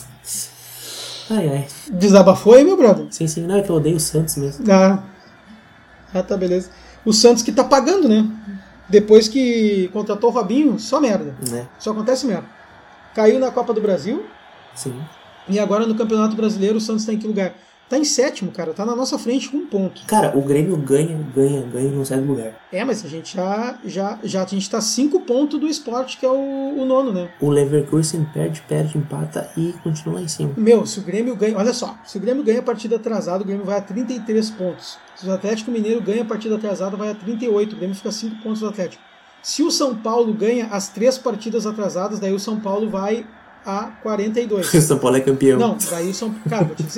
Ai, ai. Desabafou aí, meu brother? Sim, sim. Não, é que eu odeio o Santos mesmo. Ah, ah tá, beleza. O Santos que tá pagando, né? Depois que contratou o Robinho, só merda. Né? Só acontece merda. Caiu na Copa do Brasil Sim. e agora no Campeonato Brasileiro o Santos tá em que lugar? Tá em sétimo, cara. Tá na nossa frente com um ponto. Cara, o Grêmio ganha, ganha, ganha e não sai do lugar. É, mas a gente já, já, já a gente tá cinco pontos do Sport, que é o, o nono, né? O Leverkusen perde, perde, empata e continua lá em cima. Meu, se o Grêmio ganha... Olha só, se o Grêmio ganha a partida atrasada, o Grêmio vai a trinta e três pontos. Se o Atlético Mineiro ganha a partida atrasada, vai a trinta e oito. O Grêmio fica cinco pontos do Atlético. Se o São Paulo ganha as três partidas atrasadas, daí o São Paulo vai a quarenta e dois. O São Paulo é campeão. Não, daí o São Cara, vou te dizer,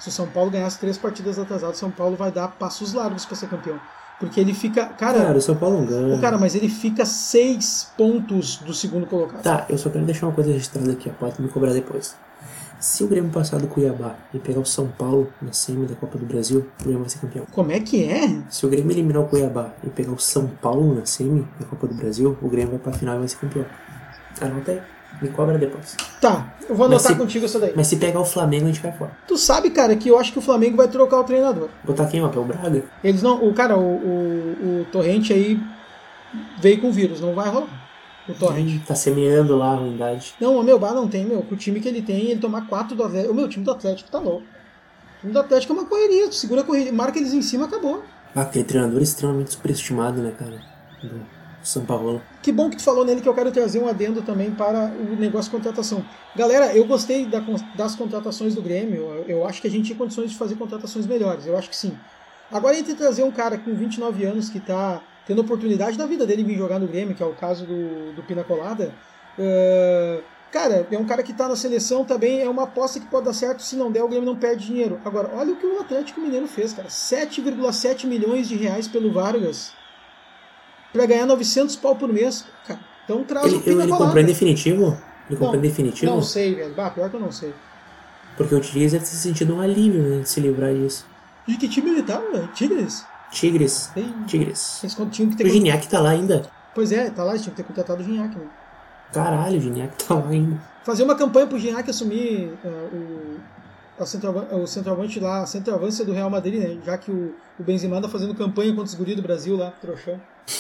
Se o São Paulo ganhar as três partidas atrasadas, o São Paulo vai dar passos largos pra ser campeão. Porque ele fica... Cara, Cara, o São Paulo não ganha. Cara, mas ele fica seis pontos do segundo colocado. Tá, eu só quero deixar uma coisa registrada aqui, ó, pode me cobrar depois. Se o Grêmio passar do Cuiabá e pegar o São Paulo na semi da Copa do Brasil, o Grêmio vai ser campeão. Como é que é? Se o Grêmio eliminar o Cuiabá e pegar o São Paulo na semi da Copa do Brasil, o Grêmio vai pra final e vai ser campeão. Anota aí, me cobra depois. Tá, eu vou anotar se, contigo isso daí. Mas se pegar o Flamengo, a gente vai fora. Tu sabe, cara, que eu acho que o Flamengo vai trocar o treinador. Botar quem, ó, que é o Braga? Eles não... O cara, o, o, o Torrente aí veio com vírus, não vai rolar. O Torrent. Tá semeando lá a ruindade. Não, o meu bar não tem, meu. Com o time que ele tem, ele tomar quatro do Atlético. O meu time do Atlético tá louco. O time do Atlético é uma correria. Tu segura a correria, marca eles em cima, acabou. Ah, aquele treinador é extremamente superestimado, né, cara? Do São Paulo. Que bom que tu falou nele, que eu quero trazer um adendo também para o negócio de contratação. Galera, eu gostei da, das contratações do Grêmio. Eu, eu acho que a gente tinha condições de fazer contratações melhores. Eu acho que sim. Agora, entre trazer um cara com vinte e nove anos que tá tendo oportunidade da vida dele vir jogar no Grêmio, que é o caso do, do Pina Colada, uh, cara, é um cara que tá na seleção também, é uma aposta que pode dar certo, se não der o Grêmio não perde dinheiro. Agora, olha o que o Atlético Mineiro fez, cara, sete vírgula sete milhões de reais pelo Vargas pra ganhar novecentos pau por mês, cara, então traz ele, o Pina ele Colada. comprou em definitivo? Ele comprou não, em definitivo? Não sei, velho, bah, pior que eu não sei. Porque o Tigres deve ter sentido um alívio, né, de se livrar disso. De que time ele tá, velho? Tigres? Tigres. Ei, Tigres. Eles tinham que ter... O Gignac tá lá ainda. Pois é, tá lá, eles tinham que ter contratado o Gignac, né? Caralho, o Gignac tá lá ainda. Fazer uma campanha pro Gignac assumir uh, o, a centroavante, o centroavante lá, a centroavância do Real Madrid, né? Já que o, o Benzema anda fazendo campanha contra os guris do Brasil lá, trouxão.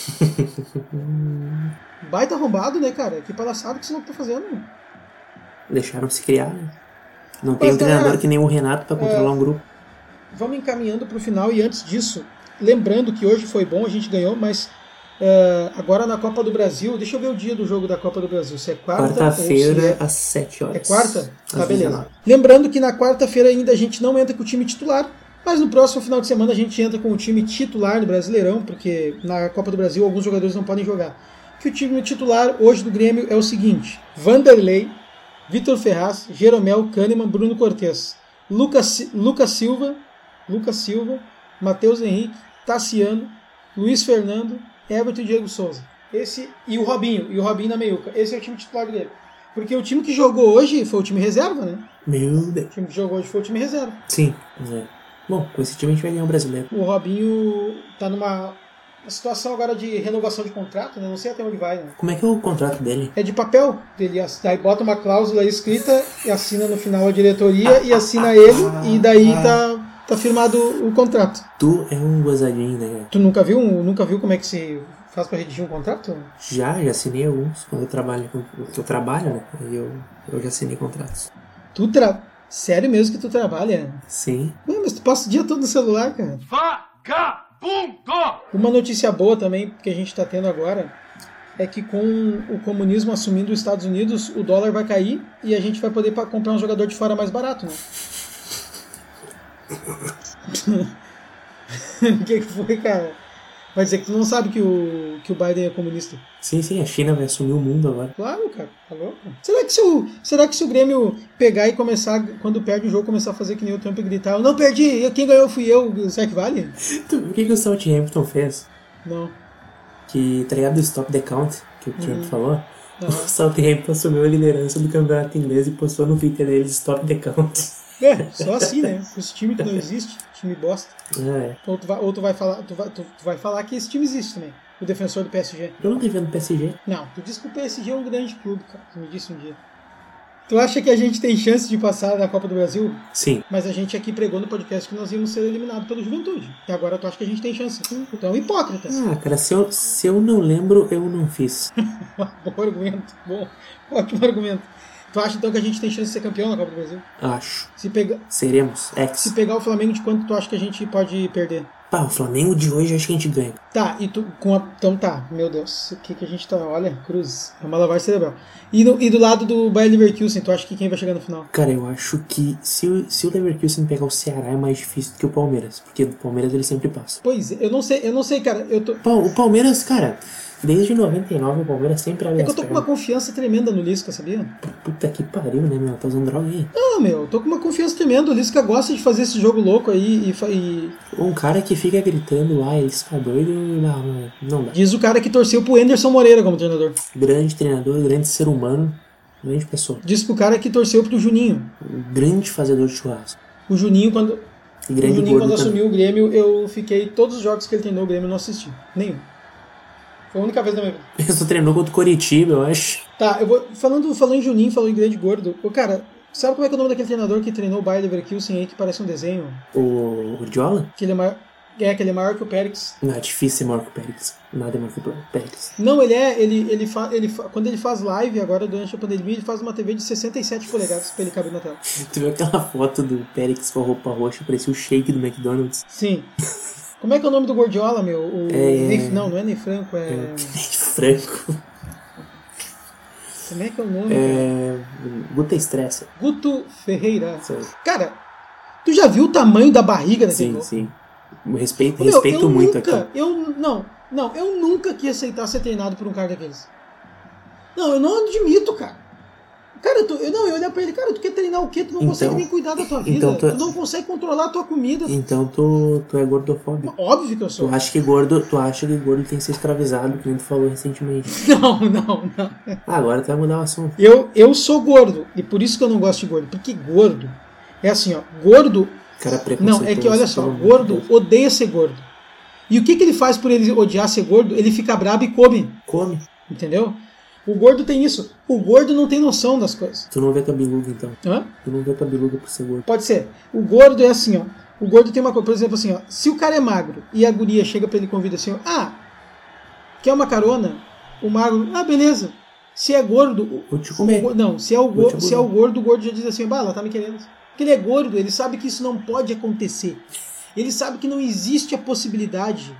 Baita arrombado, né, cara? Que palhaçada que esse louco tá fazendo. Deixaram se criar, né? Não Mas, tem um galera, treinador que nem o Renato pra controlar é, um grupo. Vamos encaminhando pro final e antes disso, lembrando que hoje foi bom, a gente ganhou, mas uh, agora na Copa do Brasil, deixa eu ver o dia do jogo da Copa do Brasil, se é quarta Quarta-feira, ou se é... às sete horas. É quarta? Tá, Às beleza. dezenove. Lembrando que na quarta-feira ainda a gente não entra com o time titular, mas no próximo final de semana a gente entra com o time titular no Brasileirão, porque na Copa do Brasil alguns jogadores não podem jogar. Que o time titular hoje do Grêmio é o seguinte: Vanderlei, Vitor Ferraz, Jeromel, Kahneman, Bruno Cortes, Lucas, Lucas Silva, Lucas Silva, Matheus Henrique, Tassiano, Luiz Fernando, Everton e Diego Souza. Esse e o Robinho, e o Robinho na meiuca. Esse é o time titular dele. Porque o time que jogou hoje foi o time reserva, né? Meu Deus. O time que jogou hoje foi o time reserva. Sim, é. Bom, com esse time a gente vai ganhar o brasileiro. O Robinho tá numa situação agora de renovação de contrato, né? Não sei até onde vai, né? Como é que é o contrato dele? É de papel. Ele daí bota uma cláusula escrita e assina no final a diretoria e assina ele e daí tá, tá firmado o contrato. Tu é um gozadinho, né? Tu nunca viu, nunca viu como é que se faz pra redigir um contrato? Já, já assinei alguns. Quando eu trabalho, eu trabalho, né? Aí eu, eu já assinei contratos. Tu tra... Sério mesmo que tu trabalha? Sim. Ué, mas tu passa o dia todo no celular, cara. Vagabundo! Uma notícia boa também que a gente tá tendo agora é que com o comunismo assumindo os Estados Unidos, o dólar vai cair e a gente vai poder pa- comprar um jogador de fora mais barato, né? O que que foi, cara? Vai dizer que tu não sabe que o, que o Biden é comunista. Sim, sim, a China vai assumir o mundo agora. Claro, cara. Tá louco? Será que se o, será que se o Grêmio pegar e começar, quando perde o jogo, começar a fazer que nem o Trump e gritar: eu não perdi, quem ganhou fui eu, será que vale? Tu, o que, que o Southampton fez? Não. Que, tá ligado do Stop the Count, que o Trump Uhum. falou? Uhum. O Southampton assumiu a liderança do campeonato inglês e postou no Twitter deles Stop the Count. É, só assim, né? Esse time que não existe, time bosta. É. Ou tu vai, ou tu vai falar, tu vai, tu, tu vai falar que esse time existe também. O defensor do P S G. Eu não tô vendo P S G. Não, tu disse que o P S G é um grande clube, cara. Tu me disse um dia. Tu acha que a gente tem chance de passar na Copa do Brasil? Sim. Mas a gente aqui pregou no podcast que nós íamos ser eliminados pelo Juventude. E agora tu acha que a gente tem chance? Então é um hipócrita. Ah, cara, se eu, se eu não lembro, eu não fiz. Bom argumento. Bom, ótimo argumento. Tu acha então que a gente tem chance de ser campeão na Copa do Brasil? Acho. Se, pega... Seremos. Ex. Se pegar o Flamengo, de quanto tu acha que a gente pode perder? Pá, o Flamengo de hoje acho que a gente ganha. Tá, e tu com a... Então tá, meu Deus, o que, que a gente tá. Olha, cruz, é uma lavagem cerebral. E, no, e do lado do Bayer Leverkusen, tu acha que quem vai chegar no final? Cara, eu acho que se o, se o Leverkusen pegar o Ceará é mais difícil do que o Palmeiras. Porque o Palmeiras ele sempre passa. Pois é, eu não sei, eu não sei, cara. Eu tô. Pá, o Palmeiras, cara, Desde noventa e nove o Palmeiras sempre abre É que eu as tô com uma pernas. confiança tremenda no Lisca, sabia? Puta que pariu, né, meu? Tá usando droga aí. Ah, meu, eu tô com uma confiança tremenda. O Lisca gosta de fazer esse jogo louco aí e... fa- e... Um cara que fica gritando lá, ele fica doido, não, não, não dá. Diz o cara que torceu pro Anderson Moreira como treinador. Grande treinador, grande ser humano, grande pessoa. Diz pro cara que torceu pro Juninho. Grande fazedor de churrasco. O Juninho, quando, E o grande Juninho, gordo quando também. assumiu o Grêmio, eu fiquei... Todos os jogos que ele treinou o Grêmio eu não assisti. Nenhum. Foi a única vez da minha vida. Ele só treinou contra o Coritiba, eu acho. Tá, eu vou... Falando, falando em Juninho, falando em grande gordo... Ô, cara, sabe como é que é o nome daquele treinador que treinou o Bayer Leverkusen aí, que parece um desenho? O Guardiola? Que ele é maior... É, que ele é maior que o Périx. Não, é difícil ser maior que o Pérez. Nada é maior que o Pérez. Não, ele é... Ele, ele fa, ele fa, quando ele faz live agora, durante a pandemia, ele faz uma T V de sessenta e sete polegadas pra ele caber na tela. Tu viu aquela foto do Pérez com a roupa roxa, parecia o shake do McDonald's? Sim. Como é que é o nome do Guardiola, meu? O É- Ney- Não, não é Ney Franco, é... Franco. Como é que é o nome? É. Guta Estressa. Guto Ferreira. Isso aí. Cara, tu já viu o tamanho da barriga daquele Sim, louco? sim. Respeito, Meu, respeito eu muito nunca, aqui. Eu, não, não, eu nunca quis aceitar ser treinado por um cara daqueles. Não, eu não admito, cara. Cara, tu, eu, não, eu olhar pra ele, cara, tu quer treinar o quê? Tu não Então- consegue nem cuidar da tua vida. então tu- tu... não consegue controlar a tua comida. Então tu, tu é gordofóbico. Óbvio que eu Tu sou. acha que gordo, tu acha que gordo tem que ser escravizado, que nem tu falou recentemente. Não, não, não. Ah, agora tu vai mudar o assunto. Eu, eu sou gordo, e por isso que eu não gosto de gordo. Porque gordo é assim, ó. Gordo. Cara Não, preconceituoso. é que olha só, pelo amor de gordo Deus. odeia ser gordo. E o que, que ele faz por ele odiar ser gordo? Ele fica brabo e come. Come. Entendeu? O gordo tem isso. O gordo não tem noção das coisas. Tu não vê tua biluga, então. Hã? Tu não vê tua biluga por ser gordo. Pode ser. O gordo é assim, ó. O gordo tem uma coisa, por exemplo, assim, ó. Se o cara é magro e a guria chega pra ele e convida assim, ó. Ah, quer uma carona? O magro, ah, beleza. Se é gordo... o- Vou te comer. o- não, se é, o Vou te go, se é o abusar. gordo, o gordo já diz assim, bah, ela tá me querendo. Porque ele é gordo, ele sabe que isso não pode acontecer. Ele sabe que não existe a possibilidade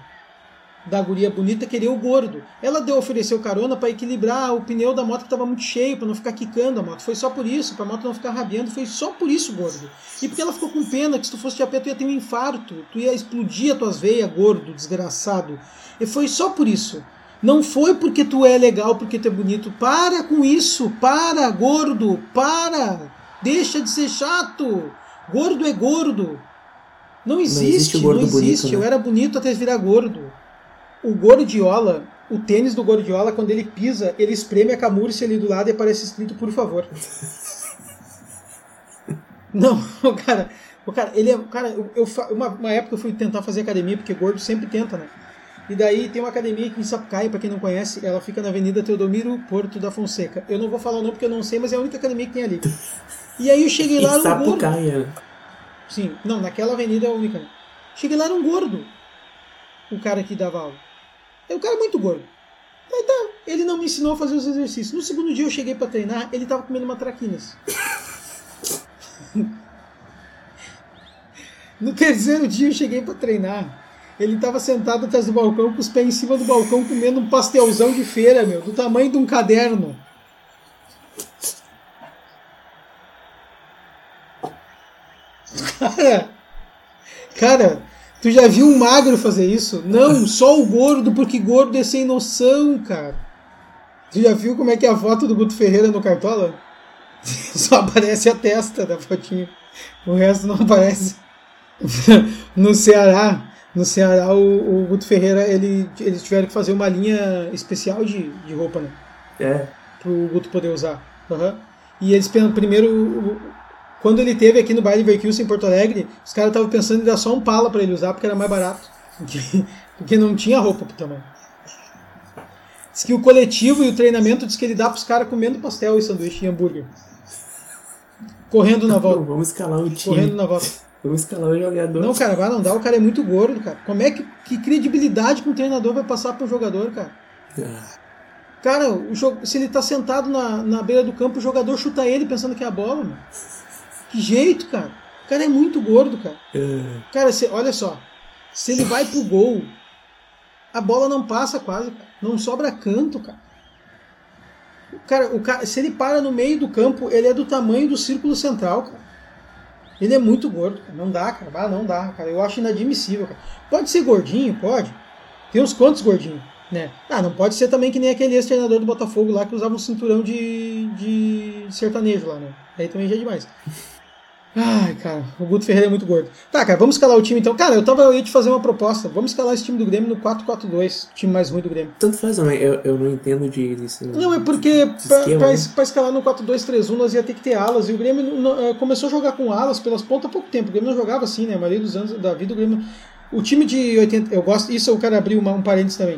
da guria bonita querer o gordo. Ela deu ofereceu carona para equilibrar o pneu da moto que estava muito cheio, para não ficar quicando a moto. Foi só por isso, para a moto não ficar rabiando, foi só por isso, gordo. E porque ela ficou com pena que se tu fosse de a pé tu ia ter um infarto, tu ia explodir as tuas veias, gordo, desgraçado. E foi só por isso. Não foi porque tu é legal, porque tu é bonito. Para com isso, para, gordo, para. Deixa de ser chato. Gordo é gordo. Não existe, existe não gordo existe. bonito, né? Eu era bonito até virar gordo. O Gordiola, o tênis do Gordiola, quando ele pisa, ele espreme a camurça ali do lado e aparece escrito, por favor. Não, o cara, o cara, ele é, cara, eu, eu fa- uma, uma época eu fui tentar fazer academia, porque gordo sempre tenta, né? E daí tem uma academia aqui em Sapucaia, pra quem não conhece, ela fica na Avenida Teodomiro Porto da Fonseca. Eu não vou falar o nome porque eu não sei, mas é a única academia que tem ali. E aí eu cheguei lá, Em era um gordo. Sapucaia. Sim, não, naquela avenida é a única. Cheguei lá, era um gordo. O cara que dava aula. É um cara muito gordo. Aí tá, ele não me ensinou a fazer os exercícios. No segundo dia eu cheguei pra treinar, ele tava comendo uma traquinas. No terceiro dia eu cheguei pra treinar. Ele tava sentado atrás do balcão, com os pés em cima do balcão, comendo um pastelzão de feira, meu, do tamanho de um caderno. Cara, cara, tu já viu um magro fazer isso? Não, só o gordo, porque gordo é sem noção, cara. Tu já viu como é que é a foto do Guto Ferreira no Cartola? Só aparece a testa da fotinha. O resto não aparece. No Ceará, no Ceará o, o Guto Ferreira, ele, eles tiveram que fazer uma linha especial de, de roupa, né? É. Pro Guto poder usar. Uhum. E eles primeiro, quando ele teve aqui no Bayer Leverkusen em Porto Alegre, os caras estavam pensando em dar só um pala para ele usar porque era mais barato, porque, porque não tinha roupa pro tamanho. Diz que o coletivo e o treinamento diz que ele dá pros caras comendo pastel e sanduíche e hambúrguer, correndo na volta, Vamos escalar o time. correndo na volta. Vamos escalar o jogador. Não, cara, vai não dá, o cara é muito gordo, cara. Como é que, que credibilidade que um treinador vai passar para um jogador, cara? Ah, Cara, o jogo, se ele tá sentado na, na beira do campo, o jogador chuta ele pensando que é a bola, mano. Que jeito, cara. O cara é muito gordo, cara. ah. Cara, se, olha só. Se ele vai pro gol, a bola não passa quase, cara. Não sobra canto, cara. O cara, o cara. Se ele para no meio do campo, ele é do tamanho do círculo central, cara. Ele é muito gordo, cara. Não dá, cara. Ah, não dá, cara. Eu acho inadmissível, cara. Pode ser gordinho, pode. Tem uns quantos gordinhos. Né? Ah, não pode ser também que nem aquele ex-treinador do Botafogo lá que usava um cinturão de, de sertanejo lá, né? Aí também já é demais. Ai, cara, o Guto Ferreira é muito gordo. Tá, cara, vamos escalar o time então. Cara, eu tava eu ia te fazer uma proposta. Vamos escalar esse time do Grêmio no quatro quatro dois, o time mais ruim do Grêmio. Tanto faz, não, eu, eu não entendo de... de não, é porque pra, esquema, pra, né? pra escalar no quatro dois três um nós ia ter que ter alas. E o Grêmio não, não, começou a jogar com alas pelas pontas há pouco tempo. O Grêmio não jogava assim, né? A maioria dos anos da vida o Grêmio... O time de oitenta... Eu gosto... Isso eu quero abrir uma, um parênteses também.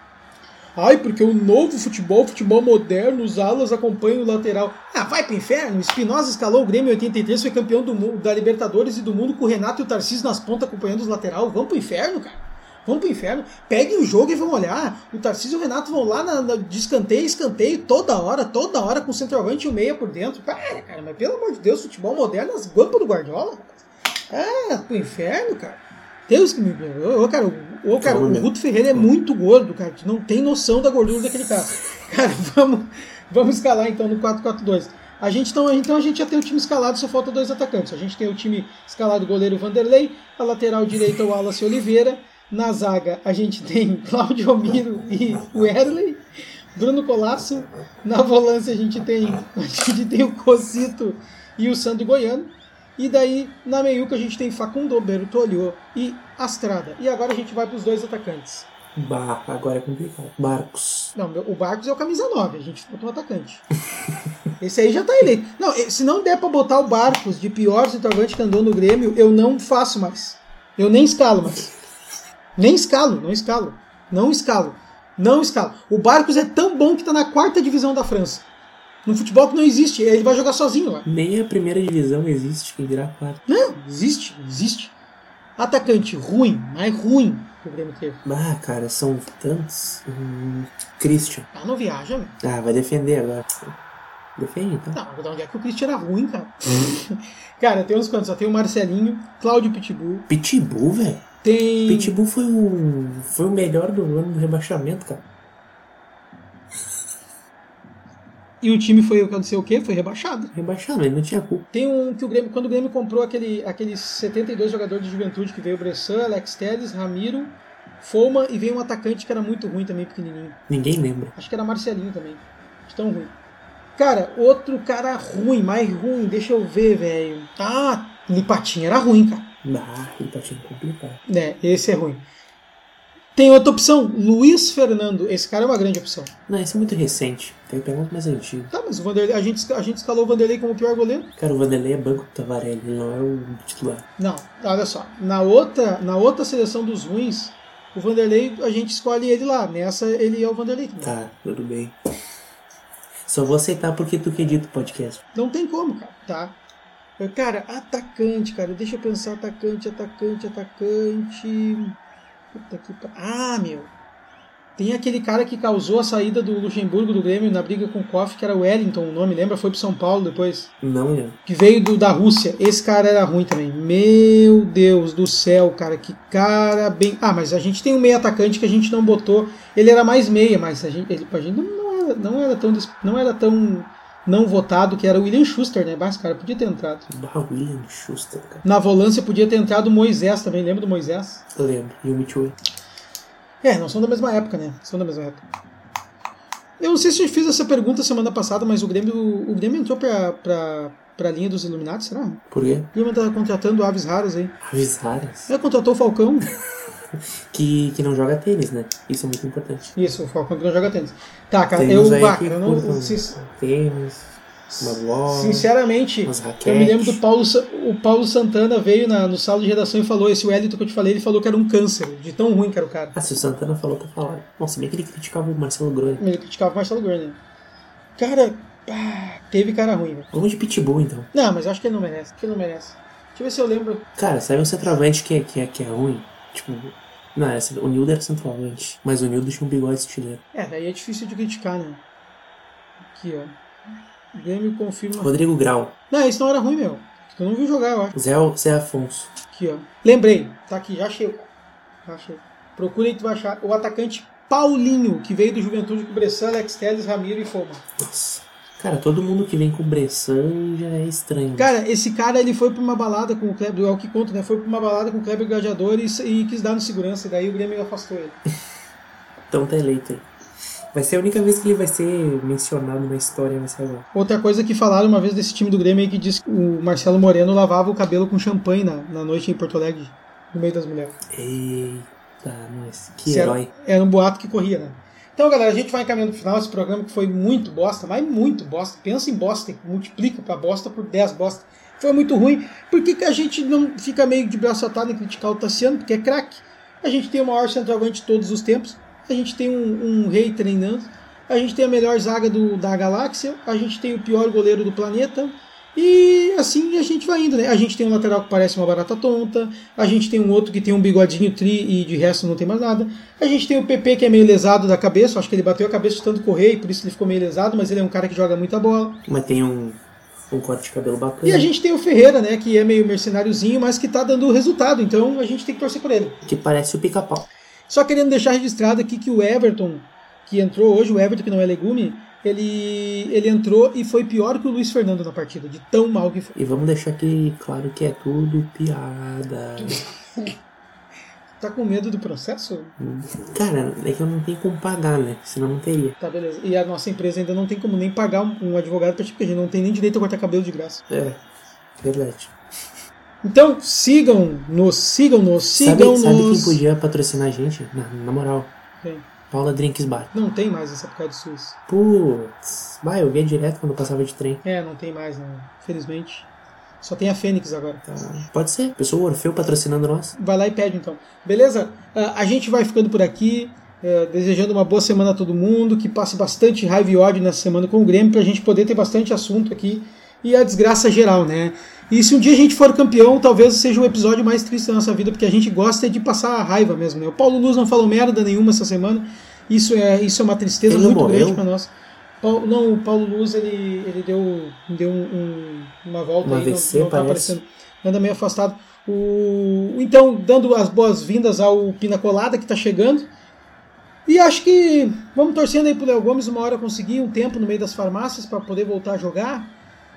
Ai, porque o novo futebol, futebol moderno, os alas acompanham o lateral. Ah, vai pro inferno. Espinosa escalou o Grêmio em oitenta e três, foi campeão do mundo, da Libertadores e do mundo com o Renato e o Tarcísio nas pontas acompanhando os lateral. Vamos pro inferno, cara. Vamos pro inferno. Peguem o jogo e vão olhar. O Tarcísio e o Renato vão lá na, na, de escanteio, escanteio, toda hora, toda hora com o centroavante e o meia por dentro. Para, cara, mas pelo amor de Deus, futebol moderno, as guampas do Guardiola. Ah, pro inferno, cara. Deus que me... Ô, cara, ô, cara o Guto Ferreira é muito gordo, cara. Tu não tem noção da gordura daquele cara. Cara, vamos, vamos escalar então no quatro quatro dois. A gente, então, então a gente já tem o time escalado, só falta dois atacantes. A gente tem o time escalado, goleiro Vanderlei, a lateral direita o Wallace Oliveira, na zaga a gente tem Cláudio Almiro e o Erley, Bruno Colasso, na volância a gente tem, a gente tem o Cosito e o Sandro Goiano. E daí, na meiuca, a gente tem Facundo, Bertolio e Astrada. E agora a gente vai para os dois atacantes. Bah, agora é complicado. Barcos. Não, o Barcos é o camisa nove, a gente botou um atacante. Esse aí já tá eleito. Não, se não der para botar o Barcos de pior centroavante que andou no Grêmio, eu não faço mais. Eu nem escalo mais. Nem escalo, não escalo. Não escalo. Não escalo. O Barcos é tão bom que tá na quarta divisão da França. No futebol que não existe, ele vai jogar sozinho lá. Nem a primeira divisão existe, quem dirá quarta. Não, existe, existe. Atacante ruim, mais ruim que o Grêmio teve. Ah, cara, são tantos. Hum, Christian. Ah, não viaja, né? Ah, vai defender agora. Defende, então. Não, de onde é que o Christian era ruim, cara? Cara, tem uns quantos? Só tem o Marcelinho, Cláudio Pitbull. Pitbull, velho? Tem... Pitbull foi o, foi o melhor do ano do rebaixamento, cara. E o time foi, aconteceu o quê? Foi rebaixado. Rebaixado, ele não tinha culpa. Tem um que o Grêmio, quando o Grêmio comprou aquele, aqueles setenta e dois jogadores de juventude que veio o Bressan, Alex Telles, Ramiro, Foma e veio um atacante que era muito ruim também, pequenininho. Ninguém lembra. Acho que era Marcelinho também. De tão ruim. Cara, outro cara ruim, mais ruim, deixa eu ver, velho. Ah, Lipatinho era ruim, cara. Ah, Lipatinho é complicado. É, esse é ruim. Tem outra opção, Luiz Fernando. Esse cara é uma grande opção. Não, esse é muito recente. Tem que pegar um mais antigo. Tá, mas o Vanderlei, a gente, a gente escalou o Vanderlei como o pior goleiro. Cara, o Vanderlei é banco do Tavarelli, ele não é o titular. Não, olha só. Na outra, na outra seleção dos ruins, o Vanderlei, a gente escolhe ele lá. Nessa, ele é o Vanderlei também. Tá, tudo bem. Só vou aceitar porque tu que edita o podcast. Não tem como, cara, tá? Cara, atacante, cara. Deixa eu pensar, atacante, atacante, atacante... Puta que pa... Ah, meu. Tem aquele cara que causou a saída do Luxemburgo do Grêmio na briga com o Koff, que era o Wellington, o nome, lembra? Foi pro São Paulo depois. Não lembro. Que veio do, da Rússia. Esse cara era ruim também. Meu Deus do céu, cara. Que cara bem... Ah, mas a gente tem um meio atacante que a gente não botou. Ele era mais meia, mas a gente, ele, a gente não, não, era, não era tão... Não era tão... não votado, que era o William Schuster, né? Mas, cara, podia ter entrado. Bah, William Schuster, cara. Na volância podia ter entrado o Moisés também, lembra do Moisés? Eu lembro, e o Mitchell. É, não são da mesma época, né? São da mesma época. Eu não sei se eu fiz essa pergunta semana passada, mas o Grêmio, o Grêmio entrou pra, pra, pra linha dos Illuminati, será? Por quê? O Grêmio tá contratando aves raras aí. Aves raras? É, contratou o Falcão. que, que não joga tênis, né? Isso é muito importante. Isso, o Falcão que não joga tênis. Tá, cara, Temos eu, aí bah, que eu não... curtam Se, tênis... Uma bola, sinceramente, eu me lembro do Paulo, o Paulo Santana veio na, no sala de redação e falou, esse Wellington que eu te falei, ele falou que era um câncer, de tão ruim que era o cara. Ah, se o Santana falou, tá falando. Nossa, bem que ele criticava o Marcelo Groi. Ele criticava o Marcelo Groi, né? Cara, ah, teve cara ruim, velho. Vamos de Pitbull, então. Não, mas eu acho que ele não merece, acho que ele não merece. Deixa eu ver se eu lembro. Cara, sabe um centroavante que é, que é, que é ruim? Tipo, não, essa, o Nildo era centroavante, mas o Nildo tinha um bigode estileiro. É, daí é difícil de criticar, né? Aqui, ó. O Grêmio confirma. Rodrigo Grau. Não, esse não era ruim, meu. Tu não viu jogar, eu acho. Zé, Zé Afonso. Aqui, ó. Lembrei. Tá aqui, já achei. Já achei. Procura aí que tu vai achar. O atacante Paulinho, que veio do Juventude com Bressan, Alex Telles, Ramiro e Foma. Nossa. Cara, todo mundo que vem com Bressan já é estranho. Cara, esse cara, ele foi pra uma balada com o Kleber, é o que conta, né? Foi pra uma balada com o Kleber Gladiador e, e quis dar no segurança, e daí o Grêmio afastou ele. Então tá eleito aí. Vai ser a única vez que ele vai ser mencionado na história, vai ser agora. Outra coisa que falaram uma vez desse time do Grêmio aí que diz que o Marcelo Moreno lavava o cabelo com champanhe na, na noite em Porto Alegre, no meio das mulheres. Eita, nossa, que Isso herói. Era, era um boato que corria, né? Então, galera, a gente vai encaminhando pro final esse programa que foi muito bosta, mas muito bosta. Pensa em bosta, multiplica pra bosta por dez bosta. Foi muito ruim. Por que, que a gente não fica meio de braço atado em criticar o Tassiano? Porque é craque. A gente tem o maior centroavante de todos os tempos. A gente tem um, um rei treinando. A gente tem a melhor zaga do, da galáxia. A gente tem o pior goleiro do planeta. E assim a gente vai indo, né? A gente tem um lateral que parece uma barata tonta. A gente tem um outro que tem um bigodinho tri e de resto não tem mais nada. A gente tem o P P que é meio lesado da cabeça. Acho que ele bateu a cabeça de tanto correr e por isso ele ficou meio lesado. Mas ele é um cara que joga muita bola. Mas tem um, um corte de cabelo bacana. E a gente tem o Ferreira, né? Que é meio mercenáriozinho, mas que tá dando resultado. Então a gente tem que torcer por ele. Que parece o Pica-Pau. Só querendo deixar registrado aqui que o Everton, que entrou hoje, o Everton que não é legume, ele, ele entrou e foi pior que o Luiz Fernando na partida, de tão mal que foi. E vamos deixar aqui claro que é tudo piada. Tá com medo do processo? Cara, é que eu não tenho como pagar, né? Senão não teria. Tá, beleza. E a nossa empresa ainda não tem como nem pagar um, um advogado pra ti, porque a gente não tem nem direito a cortar cabelo de graça. É, verdade. Então, sigam-nos, sigam-nos, sigam-nos. Sabe, sabe quem podia patrocinar a gente? Na, na moral. Quem? Paula Drinks Bar. Não tem mais essa por causa do SUS. Putz, vai, eu via direto quando eu passava de trem. É, não tem mais, não. Felizmente. Só tem a Fênix agora. Tá. Pode ser. Pessoa Orfeu patrocinando nós. Vai lá e pede então. Beleza? Uh, a gente vai ficando por aqui. Uh, desejando uma boa semana a todo mundo. Que passe bastante raiva e ódio nessa semana com o Grêmio. Pra gente poder ter bastante assunto aqui. E a desgraça geral, né? E se um dia a gente for campeão, talvez seja o episódio mais triste da nossa vida, porque a gente gosta de passar a raiva mesmo, né? O Paulo Luz não falou merda nenhuma essa semana. Isso é, isso é uma tristeza ele muito morreu? grande pra nós. Paulo, não, o Paulo Luz, ele, ele deu, deu um, um, uma volta uma aí, A V C, não, não tá parece. aparecendo. Anda meio afastado. O, então, dando as boas-vindas ao Pina Colada, que tá chegando. E acho que vamos torcendo aí pro Léo Gomes uma hora conseguir um tempo no meio das farmácias para poder voltar a jogar.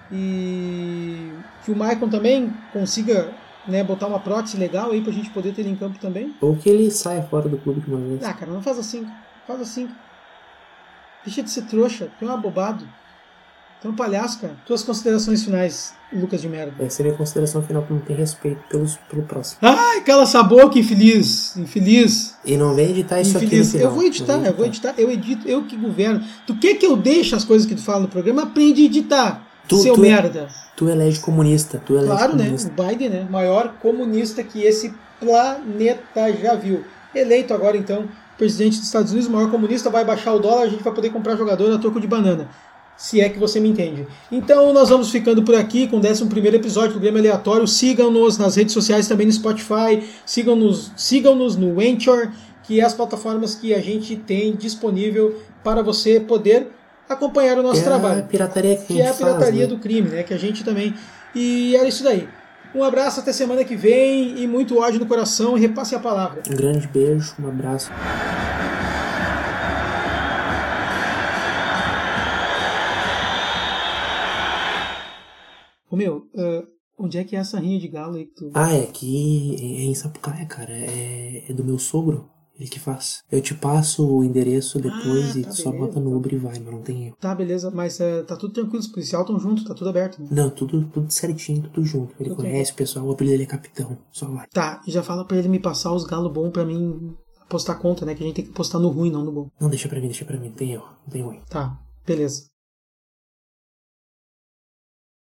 E que o Maicon também consiga, né, botar uma prótese legal aí pra gente poder ter ele em campo também. Ou que ele saia fora do clube de uma vez. Ah, cara, não faz assim. Faz assim. Deixa de ser trouxa. Tu é um abobado. Tu é um palhaço, cara. Tuas considerações finais, Lucas de merda. Essa seria a consideração final que não tem respeito pelos, pelo próximo. Ai, cala essa boca, infeliz. Infeliz. E não vem editar isso infeliz. aqui no final. Eu vou editar, eu vou editar. Eu edito, eu que governo. Tu quer que eu deixe as coisas que tu fala no programa? Aprende a editar. Tu, seu tu merda. É, tu elege comunista. Tu elege Claro, comunista. né? O Biden, né? Maior comunista que esse planeta já viu. Eleito agora, então, presidente dos Estados Unidos, o maior comunista, vai baixar o dólar, a gente vai poder comprar jogador a troco de banana. Se é que você me entende. Então, nós vamos ficando por aqui com o décimo primeiro episódio do Grêmio Aleatório. Sigam-nos nas redes sociais, também no Spotify. Sigam-nos, sigam-nos no Anchor, que é as plataformas que a gente tem disponível para você poder acompanhar o nosso que trabalho. É a pirataria que, que a gente é a pirataria faz, né? do crime, né? Que a gente também. E era isso daí. Um abraço até semana que vem e muito ódio no coração e repasse a palavra. Um grande beijo, um abraço. Ô meu, uh, onde é que é essa rinha de galo aí que tu... Ah, é aqui é em Sapucaia, cara. É, é do meu sogro. Ele que faz. Eu te passo o endereço depois Ah, e tá, tu só beleza, bota no então. Uber e vai, mas não tem erro. Tá, beleza, mas uh, tá tudo tranquilo, os policiais estão juntos, tá tudo aberto, né? Não, tudo, tudo certinho, tudo junto. Ele Tudo conhece o pessoal, o apelido dele é Capitão. Só vai. Tá, e já fala pra ele me passar os galos bons pra mim postar conta, né? Que a gente tem que postar no ruim, não no bom. Não, deixa pra mim, deixa pra mim. Não tem erro, não tem ruim. Tá, beleza.